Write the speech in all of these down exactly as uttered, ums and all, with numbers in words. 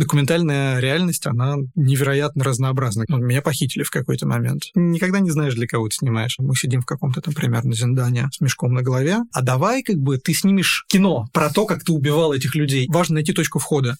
Документальная реальность, она невероятно разнообразна. Ну, меня похитили в какой-то момент. Никогда не знаешь, для кого ты снимаешь. Мы сидим в каком-то там примерно Зиндане с мешком на голове. А давай как бы ты снимешь кино про то, как ты убивал этих людей. Важно найти точку входа.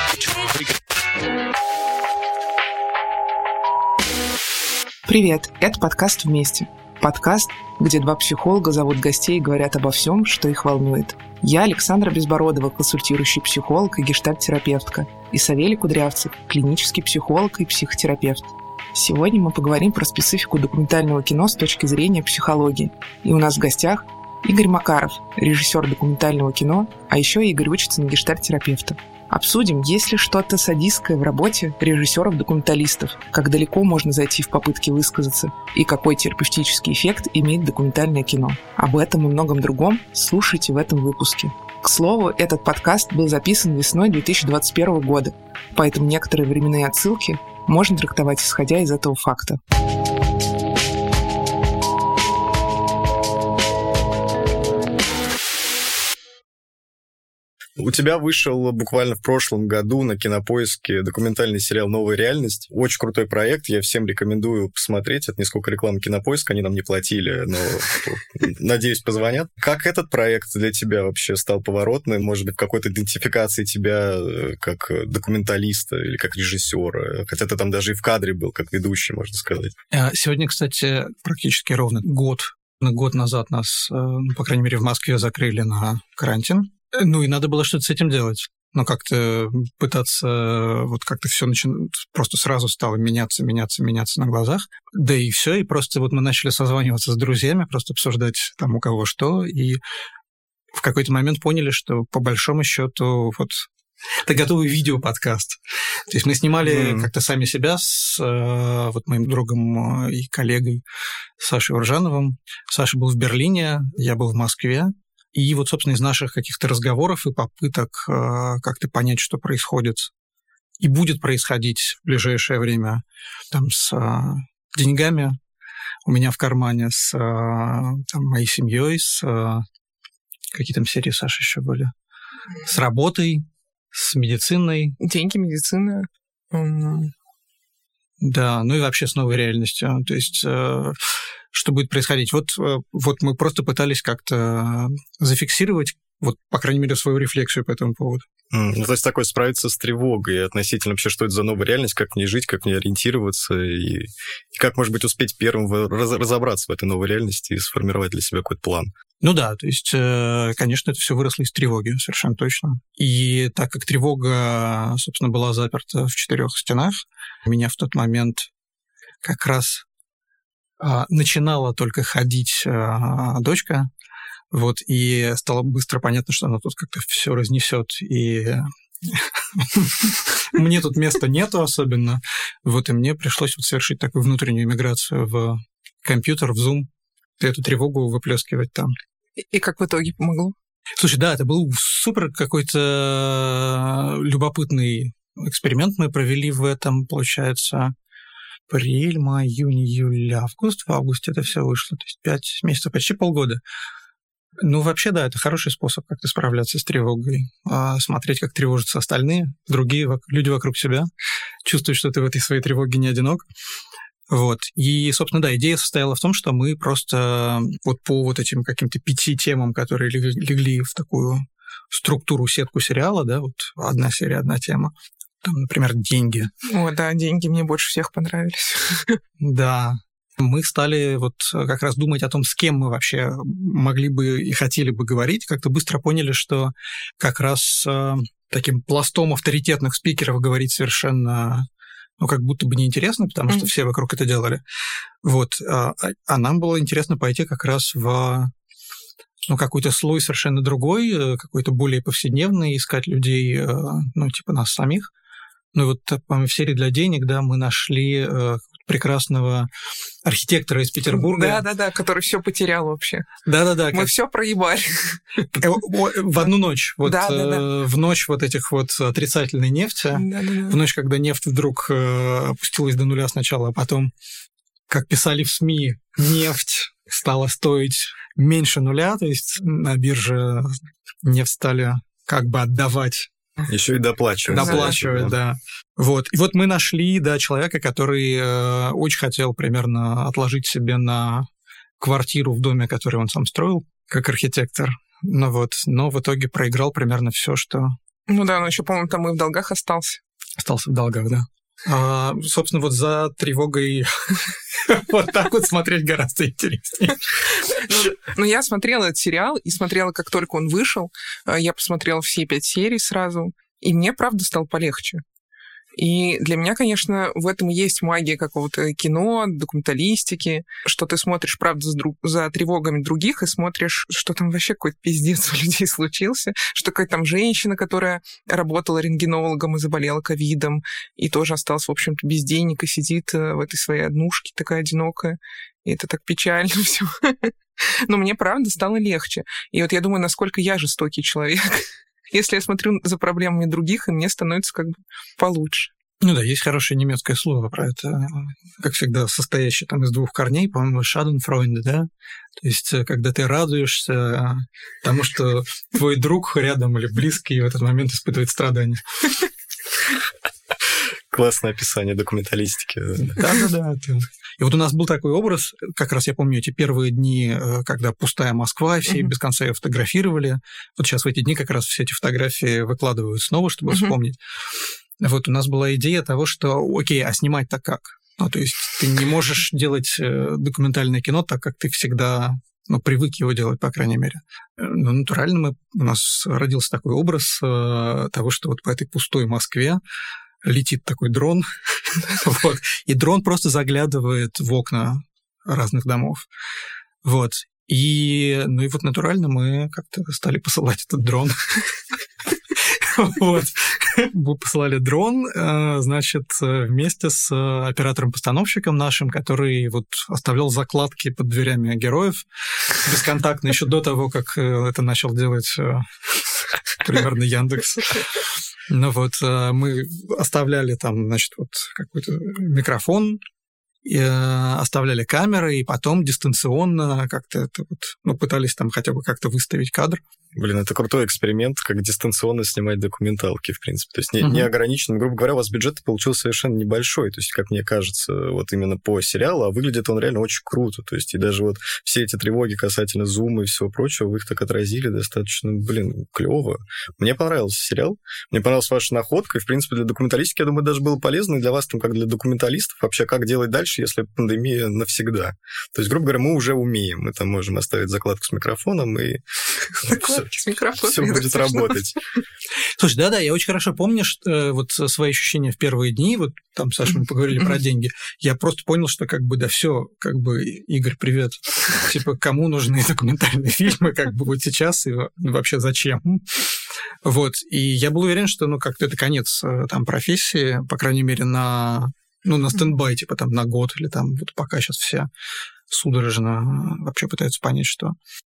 Привет, это подкаст «Вместе». Подкаст, где два психолога зовут гостей и говорят обо всем, что их волнует. Я Александра Безбородова, консультирующий психолог и гештальт-терапевтка, и Савелий Кудрявцев, клинический психолог и психотерапевт. Сегодня мы поговорим про специфику документального кино с точки зрения психологии. И у нас в гостях Игорь Макаров, режиссер документального кино, а еще Игорь учится на гештальт-терапевта. Обсудим, есть ли что-то садистское в работе режиссеров-документалистов, как далеко можно зайти в попытке высказаться, и какой терапевтический эффект имеет документальное кино. Об этом и многом другом слушайте в этом выпуске. К слову, этот подкаст был записан весной две тысячи двадцать первого года, поэтому некоторые временные отсылки можно трактовать исходя из этого факта. У тебя вышел буквально в прошлом году на Кинопоиске документальный сериал «Новая реальность». Очень крутой проект, я всем рекомендую посмотреть. Это не сколько рекламы Кинопоиска, они нам не платили, но, надеюсь, позвонят. Как этот проект для тебя вообще стал поворотным? Может быть, в какой-то идентификации тебя как документалиста или как режиссера? Хотя ты там даже и в кадре был, как ведущий, можно сказать. Сегодня, кстати, практически ровно год. Год назад нас, по крайней мере, в Москве закрыли на карантин. Ну и надо было что-то с этим делать. Но как-то пытаться, вот как-то все начи... просто сразу стало меняться, меняться, меняться на глазах. Да и все, и просто вот мы начали созваниваться с друзьями, просто обсуждать там у кого что, и в какой-то момент поняли, что по большому счету вот это готовый видеоподкаст. То есть мы снимали mm. как-то сами себя с э, вот моим другом и коллегой Сашей Уржановым. Саша был в Берлине, я был в Москве. И вот, собственно, из наших каких-то разговоров и попыток э, как-то понять, что происходит и будет происходить в ближайшее время там, с э, деньгами у меня в кармане, с э, там, моей семьей, с э, какие там серии, Саши, еще были, с работой, с медициной. Деньги, медицина. Mm. Да, ну и вообще с новой реальностью. То есть... Э, что будет происходить. Вот, вот мы просто пытались как-то зафиксировать, вот, по крайней мере, свою рефлексию по этому поводу. Mm, ну, то есть такое справиться с тревогой относительно вообще, что это за новая реальность, как в ней жить, как в ней ориентироваться, и, и как, может быть, успеть первым раз, разобраться в этой новой реальности и сформировать для себя какой-то план. Ну да, то есть, конечно, это все выросло из тревоги, совершенно точно. И так как тревога, собственно, была заперта в четырех стенах, у меня в тот момент как раз... начинала только ходить а, дочка, вот, и стало быстро понятно, что она тут как-то все разнесет, и мне тут места нету особенно, вот, и мне пришлось вот совершить такую внутреннюю миграцию в компьютер, в Zoom, и эту тревогу выплескивать там. И как в итоге помогло? Слушай, да, это был супер какой-то любопытный эксперимент мы провели в этом, получается, апрель, май, июнь, июль, август. В августе это все вышло. То есть пять месяцев, почти полгода. Ну, вообще, да, это хороший способ как-то справляться с тревогой. Смотреть, как тревожатся остальные, другие люди вокруг себя. Чувствовать, что ты в этой своей тревоге не одинок. Вот. И, собственно, да, идея состояла в том, что мы просто вот по вот этим каким-то пяти темам, которые легли в такую структуру, сетку сериала, да, вот одна серия, одна тема, там, например, деньги. О, да, деньги мне больше всех понравились. Да. Мы стали вот как раз думать о том, с кем мы вообще могли бы и хотели бы говорить. Как-то быстро поняли, что как раз э, таким пластом авторитетных спикеров говорить совершенно, ну, как будто бы неинтересно, потому что mm. все вокруг это делали. Вот. А, а нам было интересно пойти как раз в... ну, какой-то слой совершенно другой, какой-то более повседневный, искать людей, ну, типа нас самих. Ну, вот, по-моему, в серии «Для денег», да, мы нашли э, прекрасного архитектора из Петербурга. Да-да-да, который все потерял вообще. Да-да-да. Мы как... все проебали. В одну ночь. Вот да, да, да. В ночь вот этих вот отрицательной нефти, да, да, да. в ночь, когда нефть вдруг опустилась до нуля сначала, а потом, как писали в СМИ, нефть стала стоить меньше нуля, то есть на бирже нефть стали как бы отдавать Еще и доплачивает. Доплачивает, да. Вот. И вот мы нашли, да, человека, который э, очень хотел примерно отложить себе на квартиру в доме, который он сам строил, как архитектор. Ну вот, но в итоге проиграл примерно все, что... Ну да, но еще, по-моему, там и в долгах остался. Остался в долгах, да. А, собственно, вот за тревогой вот так вот смотреть гораздо интереснее. Ну, я смотрела этот сериал, и смотрела, как только он вышел. Я посмотрела все пять серий сразу, и мне, правда, стало полегче. И для меня, конечно, в этом и есть магия какого-то кино, документалистики, что ты смотришь, правда, за, друг... за тревогами других и смотришь, что там вообще какой-то пиздец у людей случился, что какая-то там женщина, которая работала рентгенологом и заболела ковидом, и тоже осталась, в общем-то, без денег и сидит в этой своей однушке такая одинокая. И это так печально все. Но мне, правда, стало легче. И вот я думаю, насколько я жестокий человек. Если я смотрю за проблемами других, и мне становится как бы получше. Ну да, есть хорошее немецкое слово про это, как всегда, состоящее там из двух корней, по-моему, Schadenfreude, да? То есть, когда ты радуешься тому, что твой друг рядом или близкий в этот момент испытывает страдания. Классное описание документалистики. Да-да-да. И вот у нас был такой образ, как раз я помню эти первые дни, когда пустая Москва, все mm-hmm. без конца ее фотографировали. Вот сейчас в эти дни как раз все эти фотографии выкладывают снова, чтобы mm-hmm. вспомнить. Вот у нас была идея того, что, окей, а снимать-то как? Ну, то есть ты не можешь делать документальное кино так, как ты всегда... ну, привык его делать, по крайней мере. Но натурально мы, у нас родился такой образ того, что вот по этой пустой Москве летит такой дрон, вот, и дрон просто заглядывает в окна разных домов. Вот. И, ну и вот натурально мы как-то стали посылать этот дрон. Вот. Мы посылали дрон, значит, вместе с оператором-постановщиком нашим, который вот оставлял закладки под дверями героев бесконтактно еще до того, как это начал делать примерно Яндекс. Ну вот, мы оставляли там, значит, вот какой-то микрофон, и оставляли камеры, и потом дистанционно как-то это вот, ну, пытались там хотя бы как-то выставить кадр. Блин, это крутой эксперимент, как дистанционно снимать документалки, в принципе. То есть не, uh-huh. не ограничен. Грубо говоря, у вас бюджет получился совершенно небольшой. То есть, как мне кажется, вот именно по сериалу, а выглядит он реально очень круто. То есть, и даже вот все эти тревоги касательно зума и всего прочего, вы их так отразили достаточно, блин, клево. Мне понравился сериал. Мне понравилась ваша находка. И, в принципе, для документалистики, я думаю, даже было полезно и для вас, там, как для документалистов, вообще, как делать дальше, если пандемия навсегда. То есть, грубо говоря, мы уже умеем. Мы там можем оставить закладку с микрофоном и... С микрофоном. Все будет работать. Слушай, да-да, я очень хорошо помню что, вот свои ощущения в первые дни, вот там, Саша, мы поговорили про деньги, я просто понял, что как бы, да все, как бы, Игорь, привет, типа, кому нужны документальные фильмы, как бы, вот сейчас, и вообще зачем? Вот, и я был уверен, что, ну, как-то это конец там профессии, по крайней мере, на, ну, на стендбай, типа, там, на год, или там, вот пока сейчас все судорожно вообще пытаются понять, что...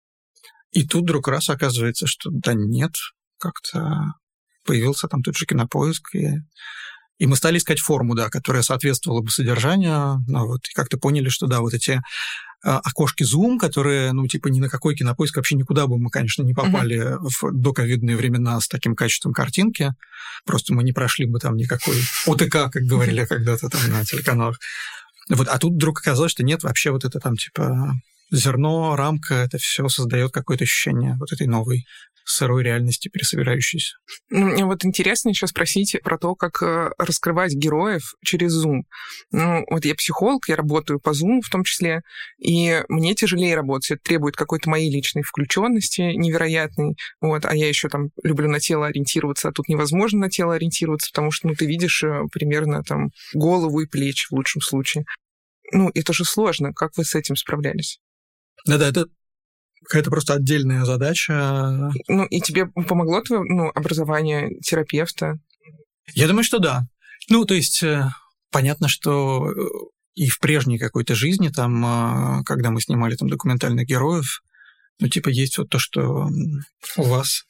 И тут вдруг раз оказывается, что да нет, как-то появился там тот же Кинопоиск, и, и мы стали искать форму, да, которая соответствовала бы содержанию, ну, вот, и как-то поняли, что да, вот эти а, окошки Zoom, которые, ну, типа, ни на какой Кинопоиск вообще никуда бы мы, конечно, не попали uh-huh. в доковидные времена с таким качеством картинки, просто мы не прошли бы там никакой ОТК, как говорили когда-то там на телеканалах. Вот, а тут вдруг оказалось, что нет, вообще вот это там, типа... Зерно, рамка, это все создает какое-то ощущение вот этой новой сырой реальности, пересобирающейся. Ну, мне вот интересно еще спросить про то, как раскрывать героев через Zoom. Ну, вот я психолог, я работаю по Zoom в том числе, и мне тяжелее работать. Это требует какой-то моей личной включенности невероятной. Вот, а я еще там люблю на тело ориентироваться, а тут невозможно на тело ориентироваться, потому что ну, ты видишь примерно там голову и плечи в лучшем случае. Ну, это же сложно. Как вы с этим справлялись? Да-да, это какая-то просто отдельная задача. Ну, и тебе помогло твое ну, образование терапевта? Я думаю, что да. Ну, то есть, понятно, что и в прежней какой-то жизни, там, когда мы снимали там документальных героев, ну, типа, есть вот то, что у вас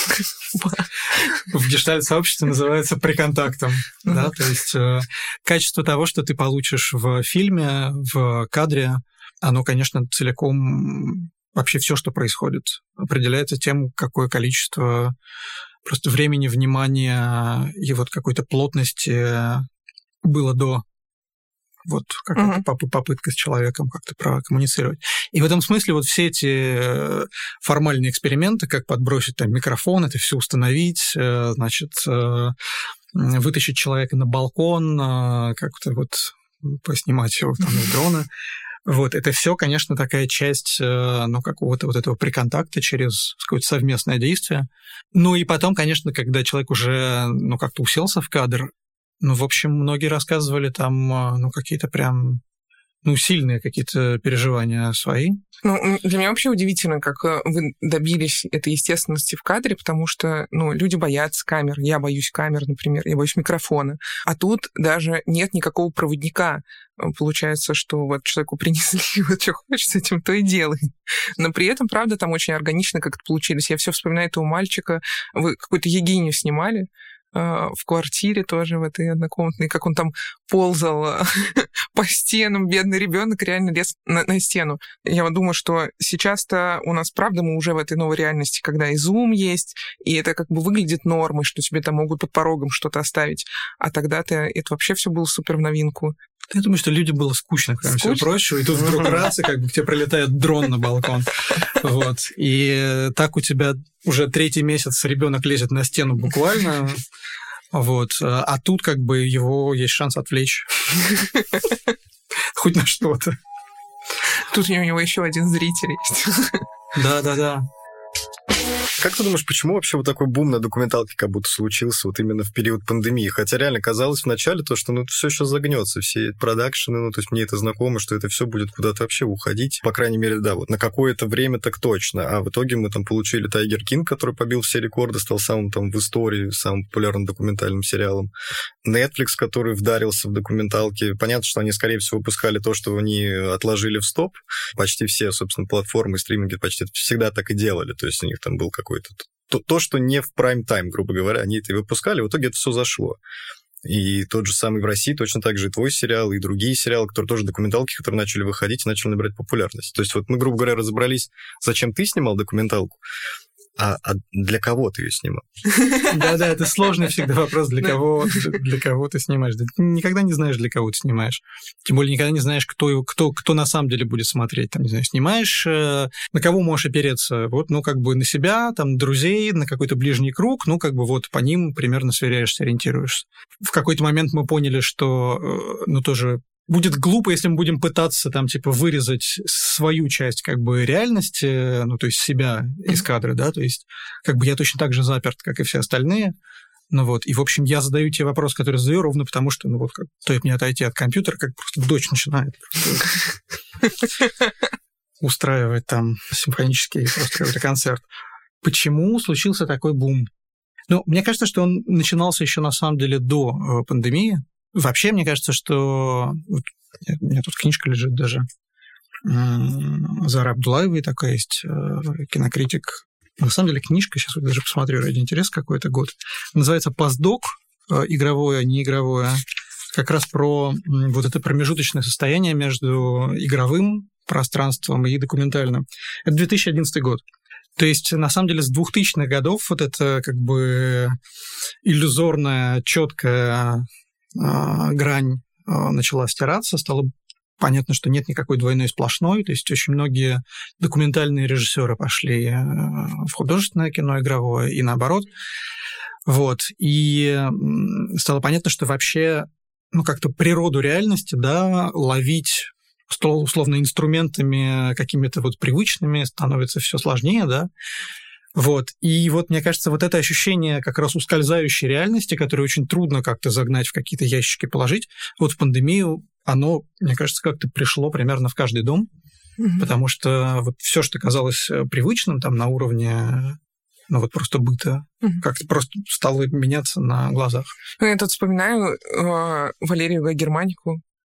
в гештальт-сообществе называется приконтактом, да, то есть качество того, что ты получишь в фильме, в кадре, оно, конечно, целиком, вообще все, что происходит, определяется тем, какое количество просто времени, внимания и вот какой-то плотности было до вот какая-то uh-huh. попытка с человеком как-то прокоммуницировать. И в этом смысле вот все эти формальные эксперименты, как подбросить там микрофон, это все установить, значит, вытащить человека на балкон, как-то вот поснимать его там из дрона, вот, это все, конечно, такая часть, ну, какого-то вот этого приконтакта через какое-то совместное действие. Ну, и потом, конечно, когда человек уже, ну, как-то уселся в кадр, ну, в общем, многие рассказывали там, ну, какие-то прям, ну, сильные какие-то переживания свои. Ну, для меня вообще удивительно, как вы добились этой естественности в кадре, потому что, ну, люди боятся камер. Я боюсь камер, например, я боюсь микрофона. А тут даже нет никакого проводника. Получается, что вот человеку принесли, вот что хочешь с этим, то и делай. Но при этом, правда, там очень органично как-то получились. Я все вспоминаю этого мальчика. Вы какую-то Егинию снимали в квартире тоже, в этой однокомнатной, как он там ползал по стенам, бедный ребенок реально лез на, на стену. Я вот думаю, что сейчас-то у нас, правда, мы уже в этой новой реальности, когда и Zoom есть, и это как бы выглядит нормой, что тебе там могут под порогом что-то оставить. А тогда-то это вообще все было супер в новинку. Я думаю, что людям было скучно, кроме всего прочего, и тут вдруг раз, и как бы к тебе прилетает дрон на балкон. Вот. И так у тебя уже третий месяц ребенок лезет на стену буквально, вот. А тут как бы его есть шанс отвлечь хоть на что-то. Тут у него еще один зритель есть. Да-да-да. Как ты думаешь, почему вообще вот такой бум на документалке как будто случился вот именно в период пандемии? Хотя реально казалось вначале то, что ну все сейчас загнется, все продакшены, ну то есть мне это знакомо, что это все будет куда-то вообще уходить. По крайней мере, да, вот на какое-то время так точно. А в итоге мы там получили Тайгер Кинг, который побил все рекорды, стал самым там в истории, самым популярным документальным сериалом. Netflix, который вдарился в документалки. Понятно, что они, скорее всего, выпускали то, что они отложили в стоп. Почти все, собственно, платформы, стриминги почти всегда так и делали. То есть у них там был какой-то то, то, что не в прайм-тайм, грубо говоря, они это и выпускали, в итоге это все зашло. И тот же самый в России точно так же и твой сериал, и другие сериалы, которые тоже документалки, которые начали выходить и начали набирать популярность. То есть вот мы, грубо говоря, разобрались, зачем ты снимал документалку, а, а для кого ты ее снимал? Да-да, это сложный всегда вопрос, для кого, для кого ты снимаешь. Ты никогда не знаешь, для кого ты снимаешь. Тем более никогда не знаешь, кто, кто, кто на самом деле будет смотреть. Там, не знаю, снимаешь, на кого можешь опереться? Вот, ну, как бы на себя, там, друзей, на какой-то ближний круг, ну, как бы вот по ним примерно сверяешься, ориентируешься. В какой-то момент мы поняли, что, ну, тоже будет глупо, если мы будем пытаться там типа вырезать свою часть как бы реальности, ну то есть себя из кадра, да, то есть как бы я точно так же заперт, как и все остальные, ну вот, и в общем я задаю те вопросы, которые задаю, ровно потому что, ну вот, как стоит мне отойти от компьютера, как просто дочь начинает устраивать там симфонический просто какой-то концерт. Почему случился такой бум? Ну, мне кажется, что он начинался еще на самом деле до пандемии. Вообще, мне кажется, что... Вот, у меня тут книжка лежит даже. Зара Абдулаевой такая есть, кинокритик. На самом деле книжка, сейчас вот даже посмотрю ради интереса, какой это год. Называется «Постдок», игровое, неигровое. Как раз про вот это промежуточное состояние между игровым пространством и документальным. Это две тысячи одиннадцатый год. То есть, на самом деле, с двухтысячных годов вот эта как бы иллюзорная, четкая грань начала стираться, стало понятно, что нет никакой двойной сплошной, то есть очень многие документальные режиссеры пошли в художественное кино игровое и наоборот. Вот. И стало понятно, что вообще ну, как-то природу реальности, да, ловить условно инструментами какими-то вот привычными становится все сложнее, да. Вот. И вот, мне кажется, вот это ощущение как раз ускользающей реальности, которое очень трудно как-то загнать в какие-то ящики, положить, вот в пандемию оно, мне кажется, как-то пришло примерно в каждый дом, mm-hmm. потому что вот все, что казалось привычным там на уровне, ну вот просто быта, mm-hmm. как-то просто стало меняться на глазах. Я тут вспоминаю э, Валерию Гай Германику,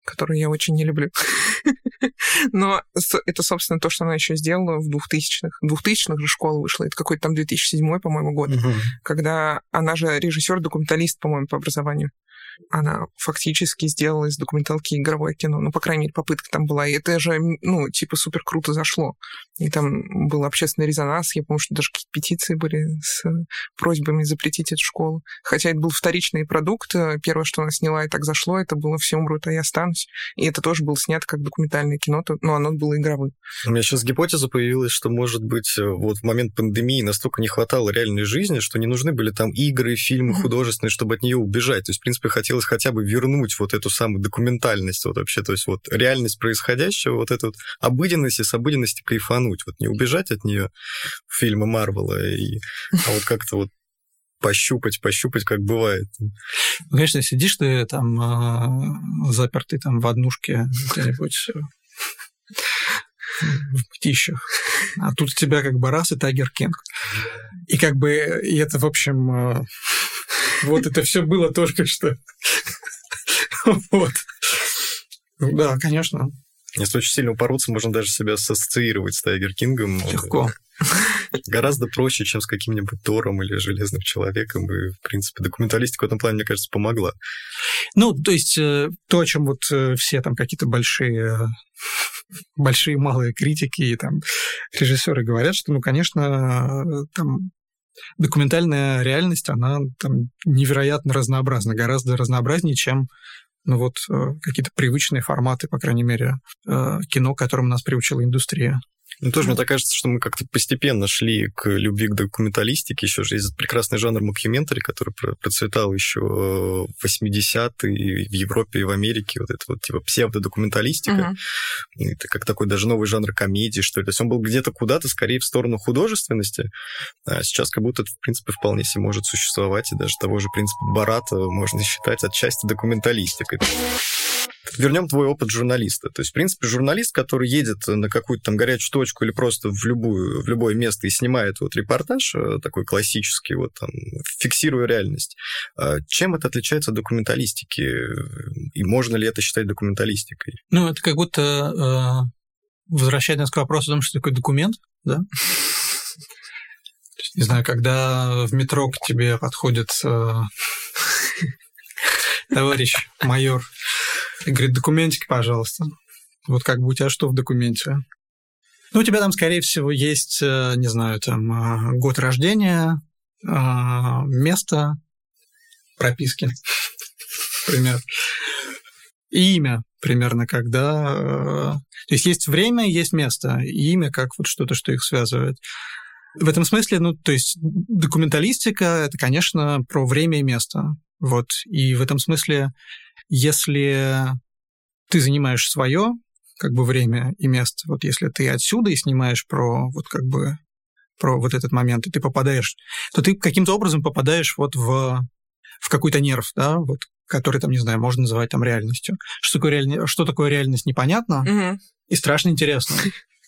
которую я очень не люблю. Но это, собственно, то, что она еще сделала в двухтысячных. В двухтысячных же школа вышла. Это какой-то там две тысячи седьмой, по-моему, год. Угу. Когда она же режиссер-документалист, по-моему, по образованию. Она фактически сделала из документалки игровое кино. Ну, по крайней мере, попытка там была. И это же, ну, типа, супер круто зашло. И там был общественный резонанс. Я помню, что даже какие-то петиции были с просьбами запретить эту школу. Хотя это был вторичный продукт. Первое, что она сняла и так зашло, это было «Все умрут, а я останусь». И это тоже было снято как документальное кино, но оно было игровым. У меня сейчас гипотеза появилась, что, может быть, вот в момент пандемии настолько не хватало реальной жизни, что не нужны были там игры, фильмы художественные, чтобы от нее убежать. То есть, в принципе, хотелось хотя бы вернуть вот эту самую документальность вот вообще, то есть вот реальность происходящего, вот эту вот обыденность и с обыденности кайфануть, вот не убежать от нее в фильмы Марвела, и, а вот как-то вот пощупать, пощупать, как бывает. Ну, конечно, сидишь ты там э, запертый там в однушке где-нибудь в птищах, а тут у тебя как бы раз и Тайгер Кинг. И как бы, и это, в общем, э, вот это все было только что. Вот. Да, конечно. Если очень сильно упороться, можно даже себя ассоциировать с Тайгер Кингом. Легко. Гораздо проще, чем с каким-нибудь Тором или Железным Человеком. И, в принципе, документалистика в этом плане, мне кажется, помогла. Ну, то есть, то, о чем вот все там какие-то большие, большие малые критики и там режиссеры говорят, что, ну, конечно, там документальная реальность, она там невероятно разнообразна, гораздо разнообразнее, чем ну, вот, какие-то привычные форматы, по крайней мере, кино, к которым нас приучила индустрия. Ну, тоже мне так кажется, что мы как-то постепенно шли к любви к документалистике. Еще же есть этот прекрасный жанр мокюментари, который процветал еще в восьмидесятые в Европе и в Америке. Вот это вот типа псевдодокументалистика. Uh-huh. Это как такой даже новый жанр комедии, что ли. То есть он был где-то куда-то скорее в сторону художественности, а сейчас как будто это, в принципе, вполне себе может существовать. И даже того же, в принципе, Бората можно считать отчасти документалистикой. Вернем твой опыт журналиста. То есть, в принципе, журналист, который едет на какую-то там горячую точку или просто в, любую, в любое место и снимает вот репортаж такой классический, вот там, фиксируя реальность, чем это отличается от документалистики? И можно ли это считать документалистикой? Ну, это как будто э, возвращать нас к вопросу о том, что такое документ, да? Не знаю, когда в метро к тебе подходит э, товарищ майор и говорит, документики, пожалуйста. Вот как бы у тебя что в документе? Ну, у тебя там, скорее всего, есть, не знаю, там, год рождения, место прописки, например, и имя примерно, когда... То есть есть время, есть место, и имя как вот что-то, что их связывает. В этом смысле, ну, то есть документалистика — это, конечно, про время и место. Вот. И в этом смысле, если ты занимаешь свое, как бы, время и место, вот если ты отсюда и снимаешь про вот как бы про вот этот момент, и ты попадаешь, то ты каким-то образом попадаешь вот в, в какой-то нерв, да, вот, который там, не знаю, можно называть там реальностью. Что такое, реаль... что такое реальность, непонятно, угу. И страшно интересно.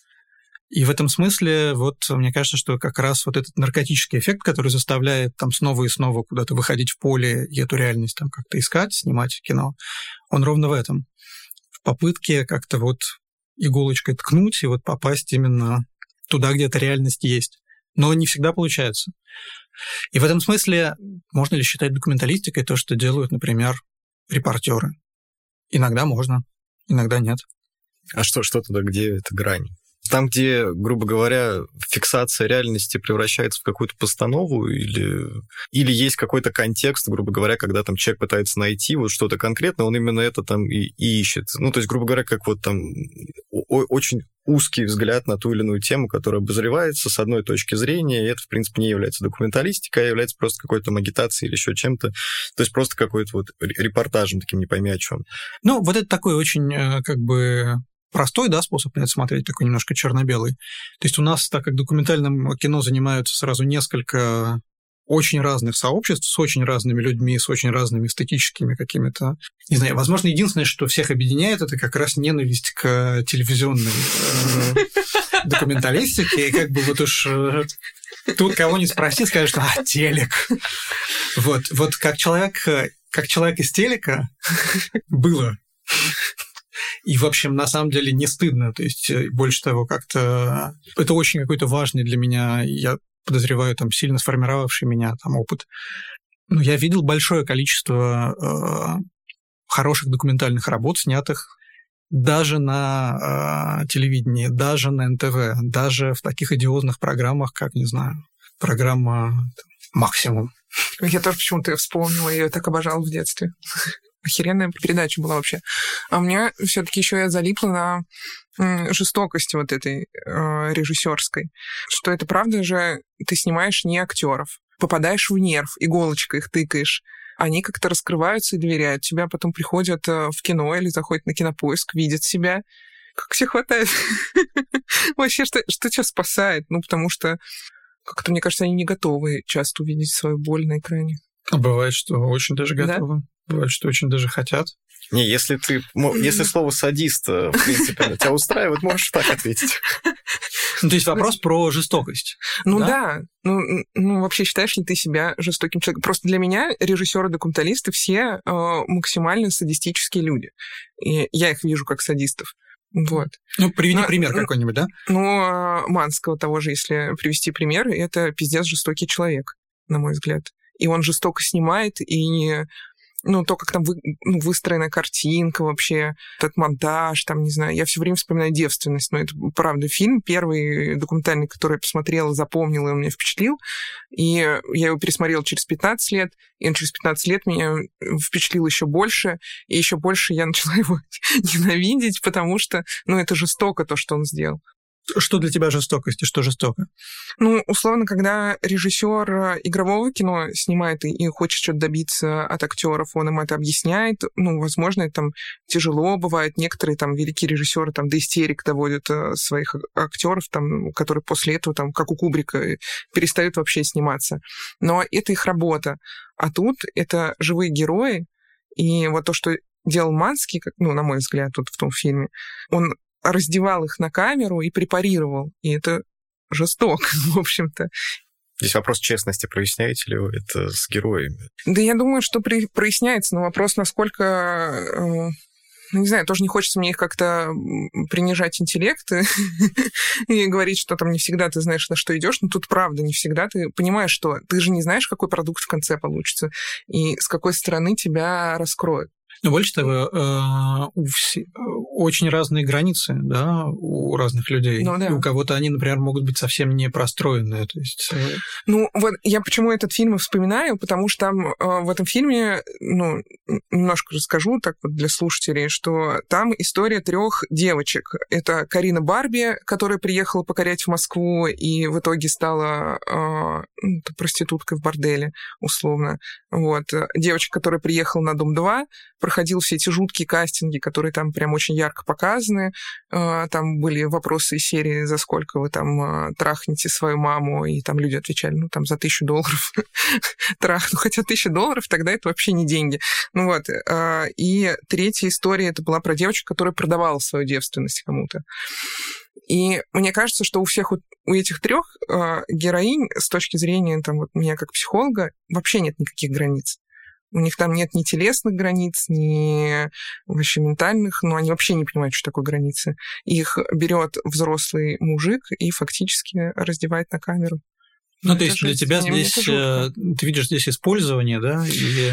И в этом смысле, вот, мне кажется, что как раз вот этот наркотический эффект, который заставляет там снова и снова куда-то выходить в поле и эту реальность там как-то искать, снимать кино, он ровно в этом. В попытке как-то вот иголочкой ткнуть и вот попасть именно туда, где эта реальность есть. Но не всегда получается. И в этом смысле можно ли считать документалистикой то, что делают, например, репортеры? Иногда можно, иногда нет. А что, что туда, где эта грань? Там, где, грубо говоря, фиксация реальности превращается в какую-то постанову, или, или есть какой-то контекст, грубо говоря, когда там человек пытается найти вот что-то конкретное, он именно это там и, и ищет. Ну, то есть, грубо говоря, как вот там о- очень узкий взгляд на ту или иную тему, которая обозревается с одной точки зрения, и это, в принципе, не является документалистикой, а является просто какой-то агитацией или еще чем-то. То есть просто какой-то вот репортажем таким, не пойми о чем. Ну, вот это такой очень, как бы... простой, да, способ на это смотреть, такой немножко черно-белый. То есть у нас, так как документальным кино занимаются сразу несколько очень разных сообществ с очень разными людьми, с очень разными эстетическими какими-то... Не знаю, возможно, единственное, что всех объединяет, это как раз ненависть к телевизионной документалистике. И как бы вот уж тут кого не спроси, скажешь, что «а, телек». Вот, вот как человек, как человек из телека было... И, в общем, на самом деле не стыдно. То есть, больше того, как-то... Это очень какой-то важный для меня, я подозреваю, там, сильно сформировавший меня там опыт. Но я видел большое количество э, хороших документальных работ, снятых даже на э, телевидении, даже на эн тэ вэ, даже в таких одиозных программах, как, не знаю, программа «Максимум». Я тоже почему-то вспомнила, я ее так обожала в детстве. Охеренная передача была вообще. А у меня все-таки еще я залипла на м, жестокости вот этой э, режиссерской. Что это правда же, ты снимаешь не актеров, попадаешь в нерв, иголочкой их тыкаешь. Они как-то раскрываются и доверяют тебя, потом приходят в кино или заходят на Кинопоиск, видят себя. Как все хватает. Вообще, что, что тебя спасает? Ну, потому что как-то, мне кажется, они не готовы часто увидеть свою боль на экране. А бывает, что очень даже готовы. Да? Бывает, что очень даже хотят. Не, если ты... Если слово «садист», в принципе, тебя устраивает, можешь так ответить. Ну, то есть вопрос про жестокость. Ну да. да. Ну, ну, вообще, считаешь ли ты себя жестоким человеком? Просто для меня режиссеры-документалисты все э, максимально садистические люди. И я их вижу как садистов. Вот. Ну, приведи Но, пример ну, какой-нибудь, да? Ну, Манского того же, если привести пример, это пиздец жестокий человек, на мой взгляд. И он жестоко снимает, и не... Ну, то, как там вы, ну, выстроена картинка вообще, этот монтаж, там, не знаю, я все время вспоминаю «Девственность», но это, правда, фильм первый документальный, который я посмотрела, запомнила, и он меня впечатлил, и я его пересмотрела через пятнадцать лет, и он через пятнадцать лет меня впечатлил еще больше, и еще больше я начала его ненавидеть, потому что, ну, это жестоко то, что он сделал. Что для тебя жестокость и что жестоко? Ну, условно, когда режиссер игрового кино снимает и, и хочет что-то добиться от актеров, он им это объясняет. Ну, возможно, это там тяжело бывает. Некоторые там великие режиссеры там до истерик доводят э, своих актеров, там, которые после этого, там, как у Кубрика, перестают вообще сниматься. Но это их работа. А тут это живые герои. И вот то, что делал Манский, как, ну, на мой взгляд, вот в том фильме, он раздевал их на камеру и препарировал. И это жестоко, в общем-то. Здесь вопрос честности, проясняете ли вы это с героями? Да я думаю, что при... проясняется, но вопрос, насколько... Э, ну, не знаю, тоже не хочется мне их как-то принижать интеллект и говорить, что там не всегда ты знаешь, на что идешь. Но тут правда, не всегда ты понимаешь, что ты же не знаешь, какой продукт в конце получится и с какой стороны тебя раскроют. Ну, больше того, у все... очень разные границы, да, у разных людей. Ну, да. И у кого-то они, например, могут быть совсем не простроенные. То есть... Ну, вот я почему этот фильм вспоминаю, потому что там в этом фильме, ну, немножко расскажу так вот для слушателей, что там история трех девочек. Это Карина Барби, которая приехала покорять в Москву и в итоге стала ну, проституткой в борделе, условно. Вот. Девочка, которая приехала на Дом-два, проходил все эти жуткие кастинги, которые там прям очень ярко показаны. Там были вопросы из серии, за сколько вы там трахнете свою маму, и там люди отвечали, ну, там, за тысячу долларов трахну. Хотя тысяча долларов тогда это вообще не деньги. Ну вот. И третья история, это была про девочку, которая продавала свою девственность кому-то. И мне кажется, что у всех вот, у этих трех героинь с точки зрения там, вот, меня как психолога вообще нет никаких границ. У них там нет ни телесных границ, ни вообще ментальных, но они вообще не понимают, что такое границы. Их берет взрослый мужик и фактически раздевает на камеру. Ну, то есть для тебя здесь, ты видишь здесь использование, да? Или...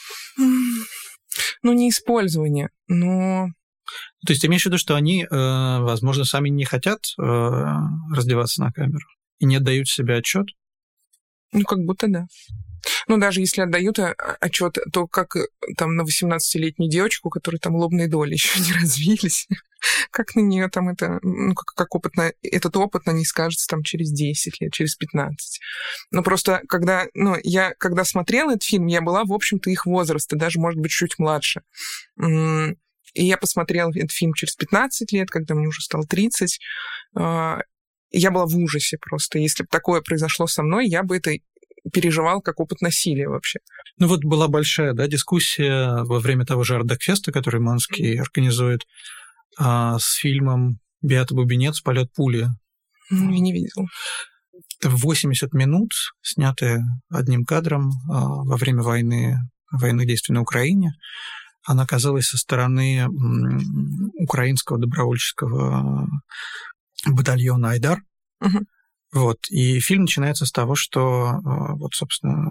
Ну, не использование, но... То есть ты имеешь в виду, что они, возможно, сами не хотят раздеваться на камеру и не отдают себе отчет? Ну, как будто да. Ну, даже если отдают отчет, то как там на восемнадцатилетнюю девочку, у которой там лобные доли еще не развились, как на нее там это, ну, как, как опыт на, этот опыт на ней скажется там через десять лет, через пятнадцать. Но просто когда, ну, я, когда смотрела этот фильм, я была, в общем-то, их возраста, даже, может быть, чуть младше. И я посмотрела этот фильм через пятнадцать лет, когда мне уже стало тридцать. Я была в ужасе просто. Если бы такое произошло со мной, я бы это переживал как опыт насилия вообще. Ну вот была большая, да, дискуссия во время того же Ардакфеста, который Манский организует, а, с фильмом «Беата Бубенец. Полет пули». Ну, я не видела. Это восемьдесят минут, снятые одним кадром а, во время войны, военных действий на Украине. она оказалась со стороны украинского добровольческого батальона «Айдар». Угу. Вот. И фильм начинается с того, что, вот, собственно,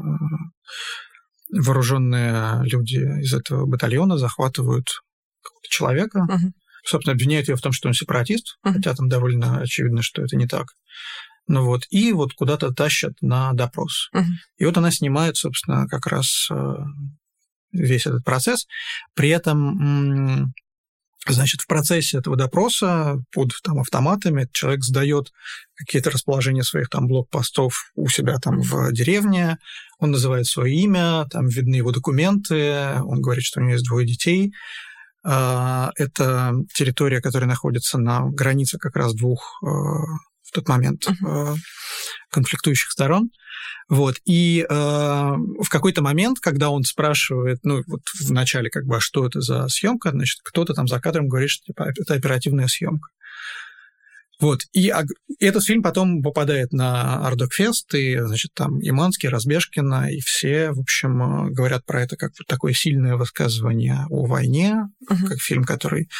вооруженные люди из этого батальона захватывают какого-то человека, угу. собственно, обвиняют его в том, что он сепаратист, угу. хотя там довольно очевидно, что это не так. Ну вот, и вот куда-то тащат на допрос. Угу. И вот она снимает, собственно, как раз весь этот процесс. При этом, значит, в процессе этого допроса под там, автоматами человек сдает какие-то расположения своих там блокпостов у себя там в деревне, он называет свое имя, там видны его документы, он говорит, что у него есть двое детей. Это территория, которая находится на границе как раз двух в тот момент uh-huh. конфликтующих сторон. Вот. И э, в какой-то момент, когда он спрашивает, ну, вот в начале, как бы, а что это за съемка, значит, кто-то там за кадром говорит, что типа, это оперативная съемка. Вот. И этот фильм потом попадает на Ардокфест, и, значит, там и Манский, и Разбежкина, и все, в общем, говорят про это как такое сильное высказывание о войне, uh-huh. как фильм, который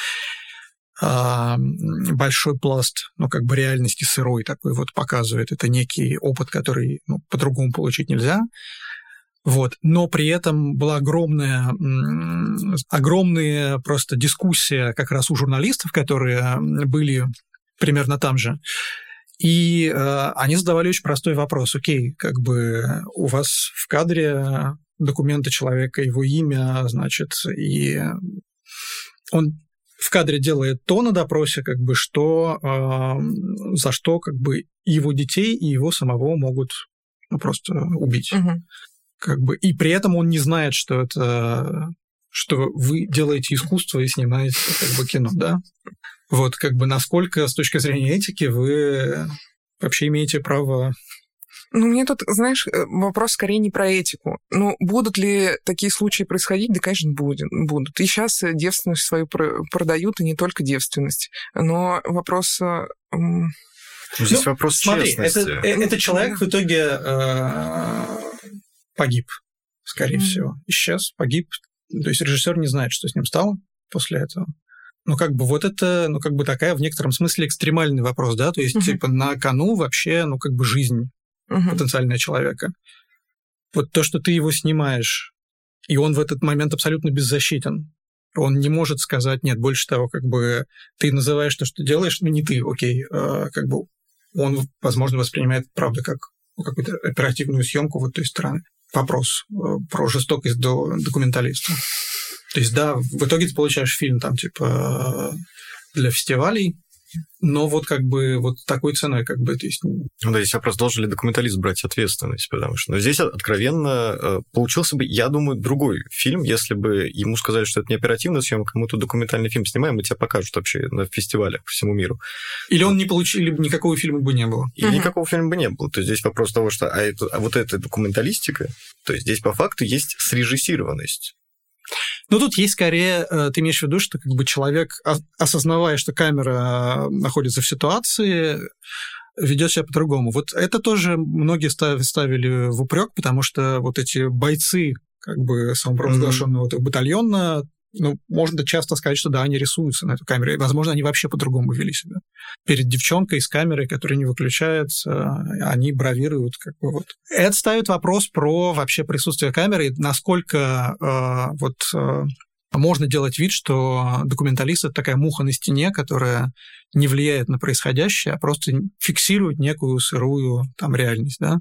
большой пласт, ну, как бы реальности сырой такой вот показывает. Это некий опыт, который, ну, по-другому получить нельзя. Вот. Но при этом была огромная, огромная просто дискуссия как раз у журналистов, которые были примерно там же. И э, они задавали очень простой вопрос. Окей, как бы у вас в кадре документы человека, его имя, значит, и он в кадре делает то на допросе, как бы, что, э, за что как бы и его детей, и его самого могут, ну, просто убить. Угу. Как бы, и при этом он не знает, что это, что вы делаете искусство и снимаете как бы кино, да? Вот, как бы, насколько с точки зрения этики вы вообще имеете право... Ну, мне тут, знаешь, вопрос скорее не про этику. Ну, будут ли такие случаи происходить? Да, конечно, будет, будут. И сейчас девственность свою продают, и не только девственность. Но вопрос... Ну, здесь ну, вопрос смотри, честности. Это, это человек в итоге э, погиб, скорее mm-hmm. всего. Исчез, погиб. То есть режиссер не знает, что с ним стало после этого. Ну, как бы вот это, ну, как бы такая в некотором смысле экстремальный вопрос, да? То есть, mm-hmm. типа, на кону вообще, ну, как бы жизнь Uh-huh. потенциального человека. Вот то, что ты его снимаешь, и он в этот момент абсолютно беззащитен. Он не может сказать, нет, больше того, как бы ты называешь то, что делаешь, ну не ты, окей, а, как бы он, возможно, воспринимает, правда, как ну, какую-то оперативную съемку вот той стороны. Вопрос про жестокость до документалиста. То есть, да, в итоге ты получаешь фильм там, типа, для фестивалей, но вот как бы вот такой ценой как бы, то есть... Ну да, здесь вопрос, должен ли документалист брать ответственность, потому что ну, здесь откровенно получился бы, я думаю, другой фильм, если бы ему сказали, что это не оперативная съемка, мы тут документальный фильм снимаем, и тебя покажут вообще на фестивалях по всему миру. Или он не получил, или никакого фильма бы не было. Или uh-huh. никакого фильма бы не было. То есть здесь вопрос того, что а, это, а вот эта документалистика, то есть здесь по факту есть срежиссированность. Ну, тут есть скорее, ты имеешь в виду, что как бы человек, осознавая, что камера находится в ситуации, ведет себя по-другому. Вот это тоже многие ставили в упрек, потому что вот эти бойцы, как бы самопровозглашенного mm-hmm. батальона, ну, можно часто сказать, что да, они рисуются на эту камеру. И, возможно, они вообще по-другому вели себя. Перед девчонкой с камерой, которая не выключается, они бравируют. Как бы вот. Это ставит вопрос про вообще присутствие камеры, насколько э, вот, э, можно делать вид, что документалист – это такая муха на стене, которая не влияет на происходящее, а просто фиксирует некую сырую там, реальность. Да?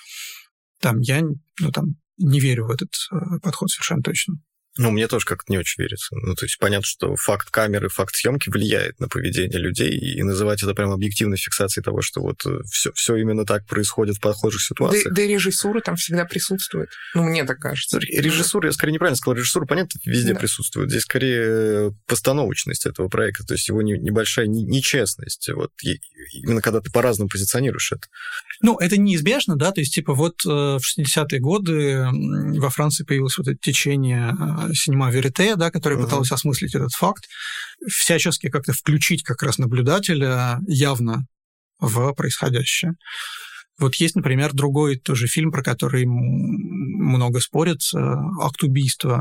Там, я ну, там, не верю в этот э, подход совершенно точно. Ну, мне тоже как-то не очень верится. Ну, то есть понятно, что факт камеры, факт съемки влияет на поведение людей, и называть это прям объективной фиксацией того, что вот все, все именно так происходит в похожих ситуациях. Да, да и режиссура там всегда присутствует. Ну, мне так кажется. Режиссура, я скорее неправильно сказал, режиссура, понятно, везде да. присутствует. Здесь скорее постановочность этого проекта, то есть его небольшая нечестность. Вот именно когда ты по-разному позиционируешь это. Ну, это неизбежно, да, то есть типа вот в шестидесятые годы во Франции появилось вот это течение синема верите, да, которая uh-huh. пыталась осмыслить этот факт, всячески как-то включить как раз наблюдателя явно в происходящее. Вот есть, например, другой тоже фильм, про который много спорят, «Акт убийства»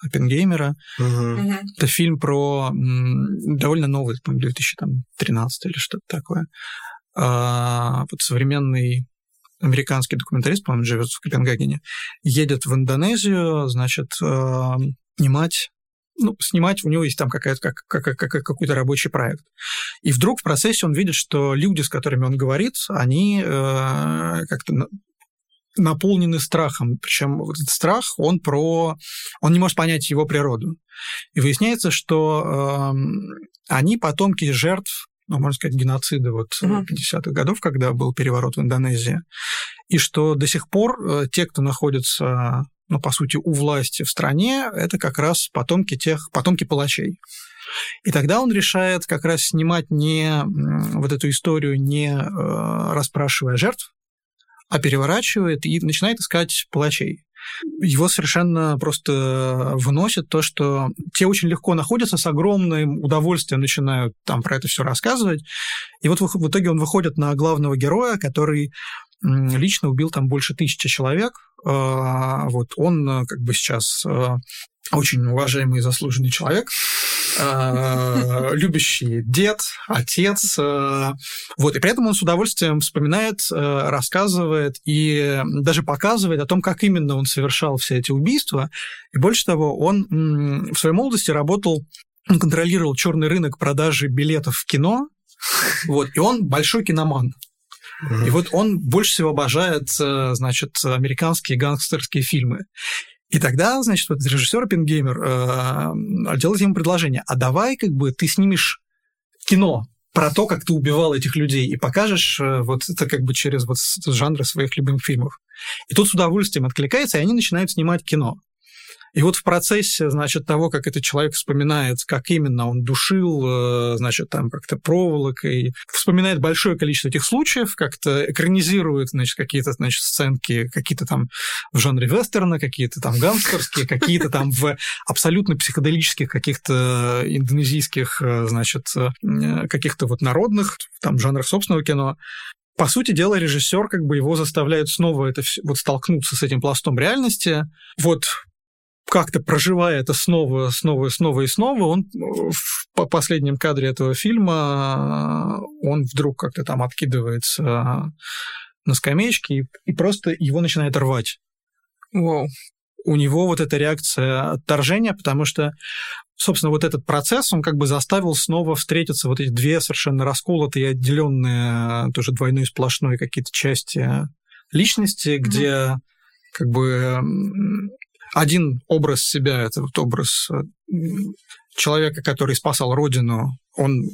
Оппенгеймера. Угу. Это фильм про м, довольно новый, по-моему, две тысячи тринадцатый или что-то такое. А, вот современный американский документалист, по-моему, живет в Копенгагене, едет в Индонезию, значит, а, снимать Ну, снимать, у него есть там какая-то, как, как, как, какой-то рабочий проект. И вдруг в процессе он видит, что люди, с которыми он говорит, они э, как-то на, наполнены страхом. Причем вот этот страх, он про... Он не может понять его природу. И выясняется, что э, они потомки жертв, ну, можно сказать, геноцида вот uh-huh. пятидесятых годов, когда был переворот в Индонезии. И что до сих пор э, те, кто находится... ну, по сути, у власти в стране, это как раз потомки тех, потомки палачей. И тогда он решает как раз снимать не вот эту историю, не э, расспрашивая жертв, а переворачивает и начинает искать палачей. Его совершенно просто выносит то, что те очень легко находятся, с огромным удовольствием начинают там про это все рассказывать. И вот в итоге он выходит на главного героя, который лично убил там больше тысячи человек. Вот он как бы сейчас очень уважаемый и заслуженный человек, любящий дед, отец. Вот. И при этом он с удовольствием вспоминает, рассказывает и даже показывает о том, как именно он совершал все эти убийства. И больше того, он в своей молодости работал, он контролировал черный рынок продажи билетов в кино, вот, и он большой киноман. И вот он больше всего обожает, значит, американские гангстерские фильмы. И тогда, значит, вот режиссер Оппенгеймер э, делает ему предложение: а давай как бы ты снимешь кино про то, как ты убивал этих людей, и покажешь э, вот это как бы через вот жанры своих любимых фильмов. И тут с удовольствием откликается, и они начинают снимать кино. И вот в процессе, значит, того, как этот человек вспоминает, как именно он душил, значит, там как-то проволокой, вспоминает большое количество этих случаев, как-то экранизирует, значит, какие-то, значит, сценки, какие-то там в жанре вестерна, какие-то там гангстерские, какие-то там в абсолютно психоделических каких-то индонезийских, значит, каких-то вот народных там жанрах собственного кино. По сути дела, режиссер как бы его заставляет снова это вот столкнуться с этим пластом реальности. Вот как-то проживая это снова, снова, снова и снова, он в последнем кадре этого фильма, он вдруг как-то там откидывается на скамеечке и, и просто его начинает рвать. Wow. У него вот эта реакция отторжения, потому что, собственно, вот этот процесс, он как бы заставил снова встретиться вот эти две совершенно расколотые, отделенные, тоже двойной сплошной какие-то части личности, mm-hmm. где как бы один образ себя, это вот образ человека, который спасал родину, он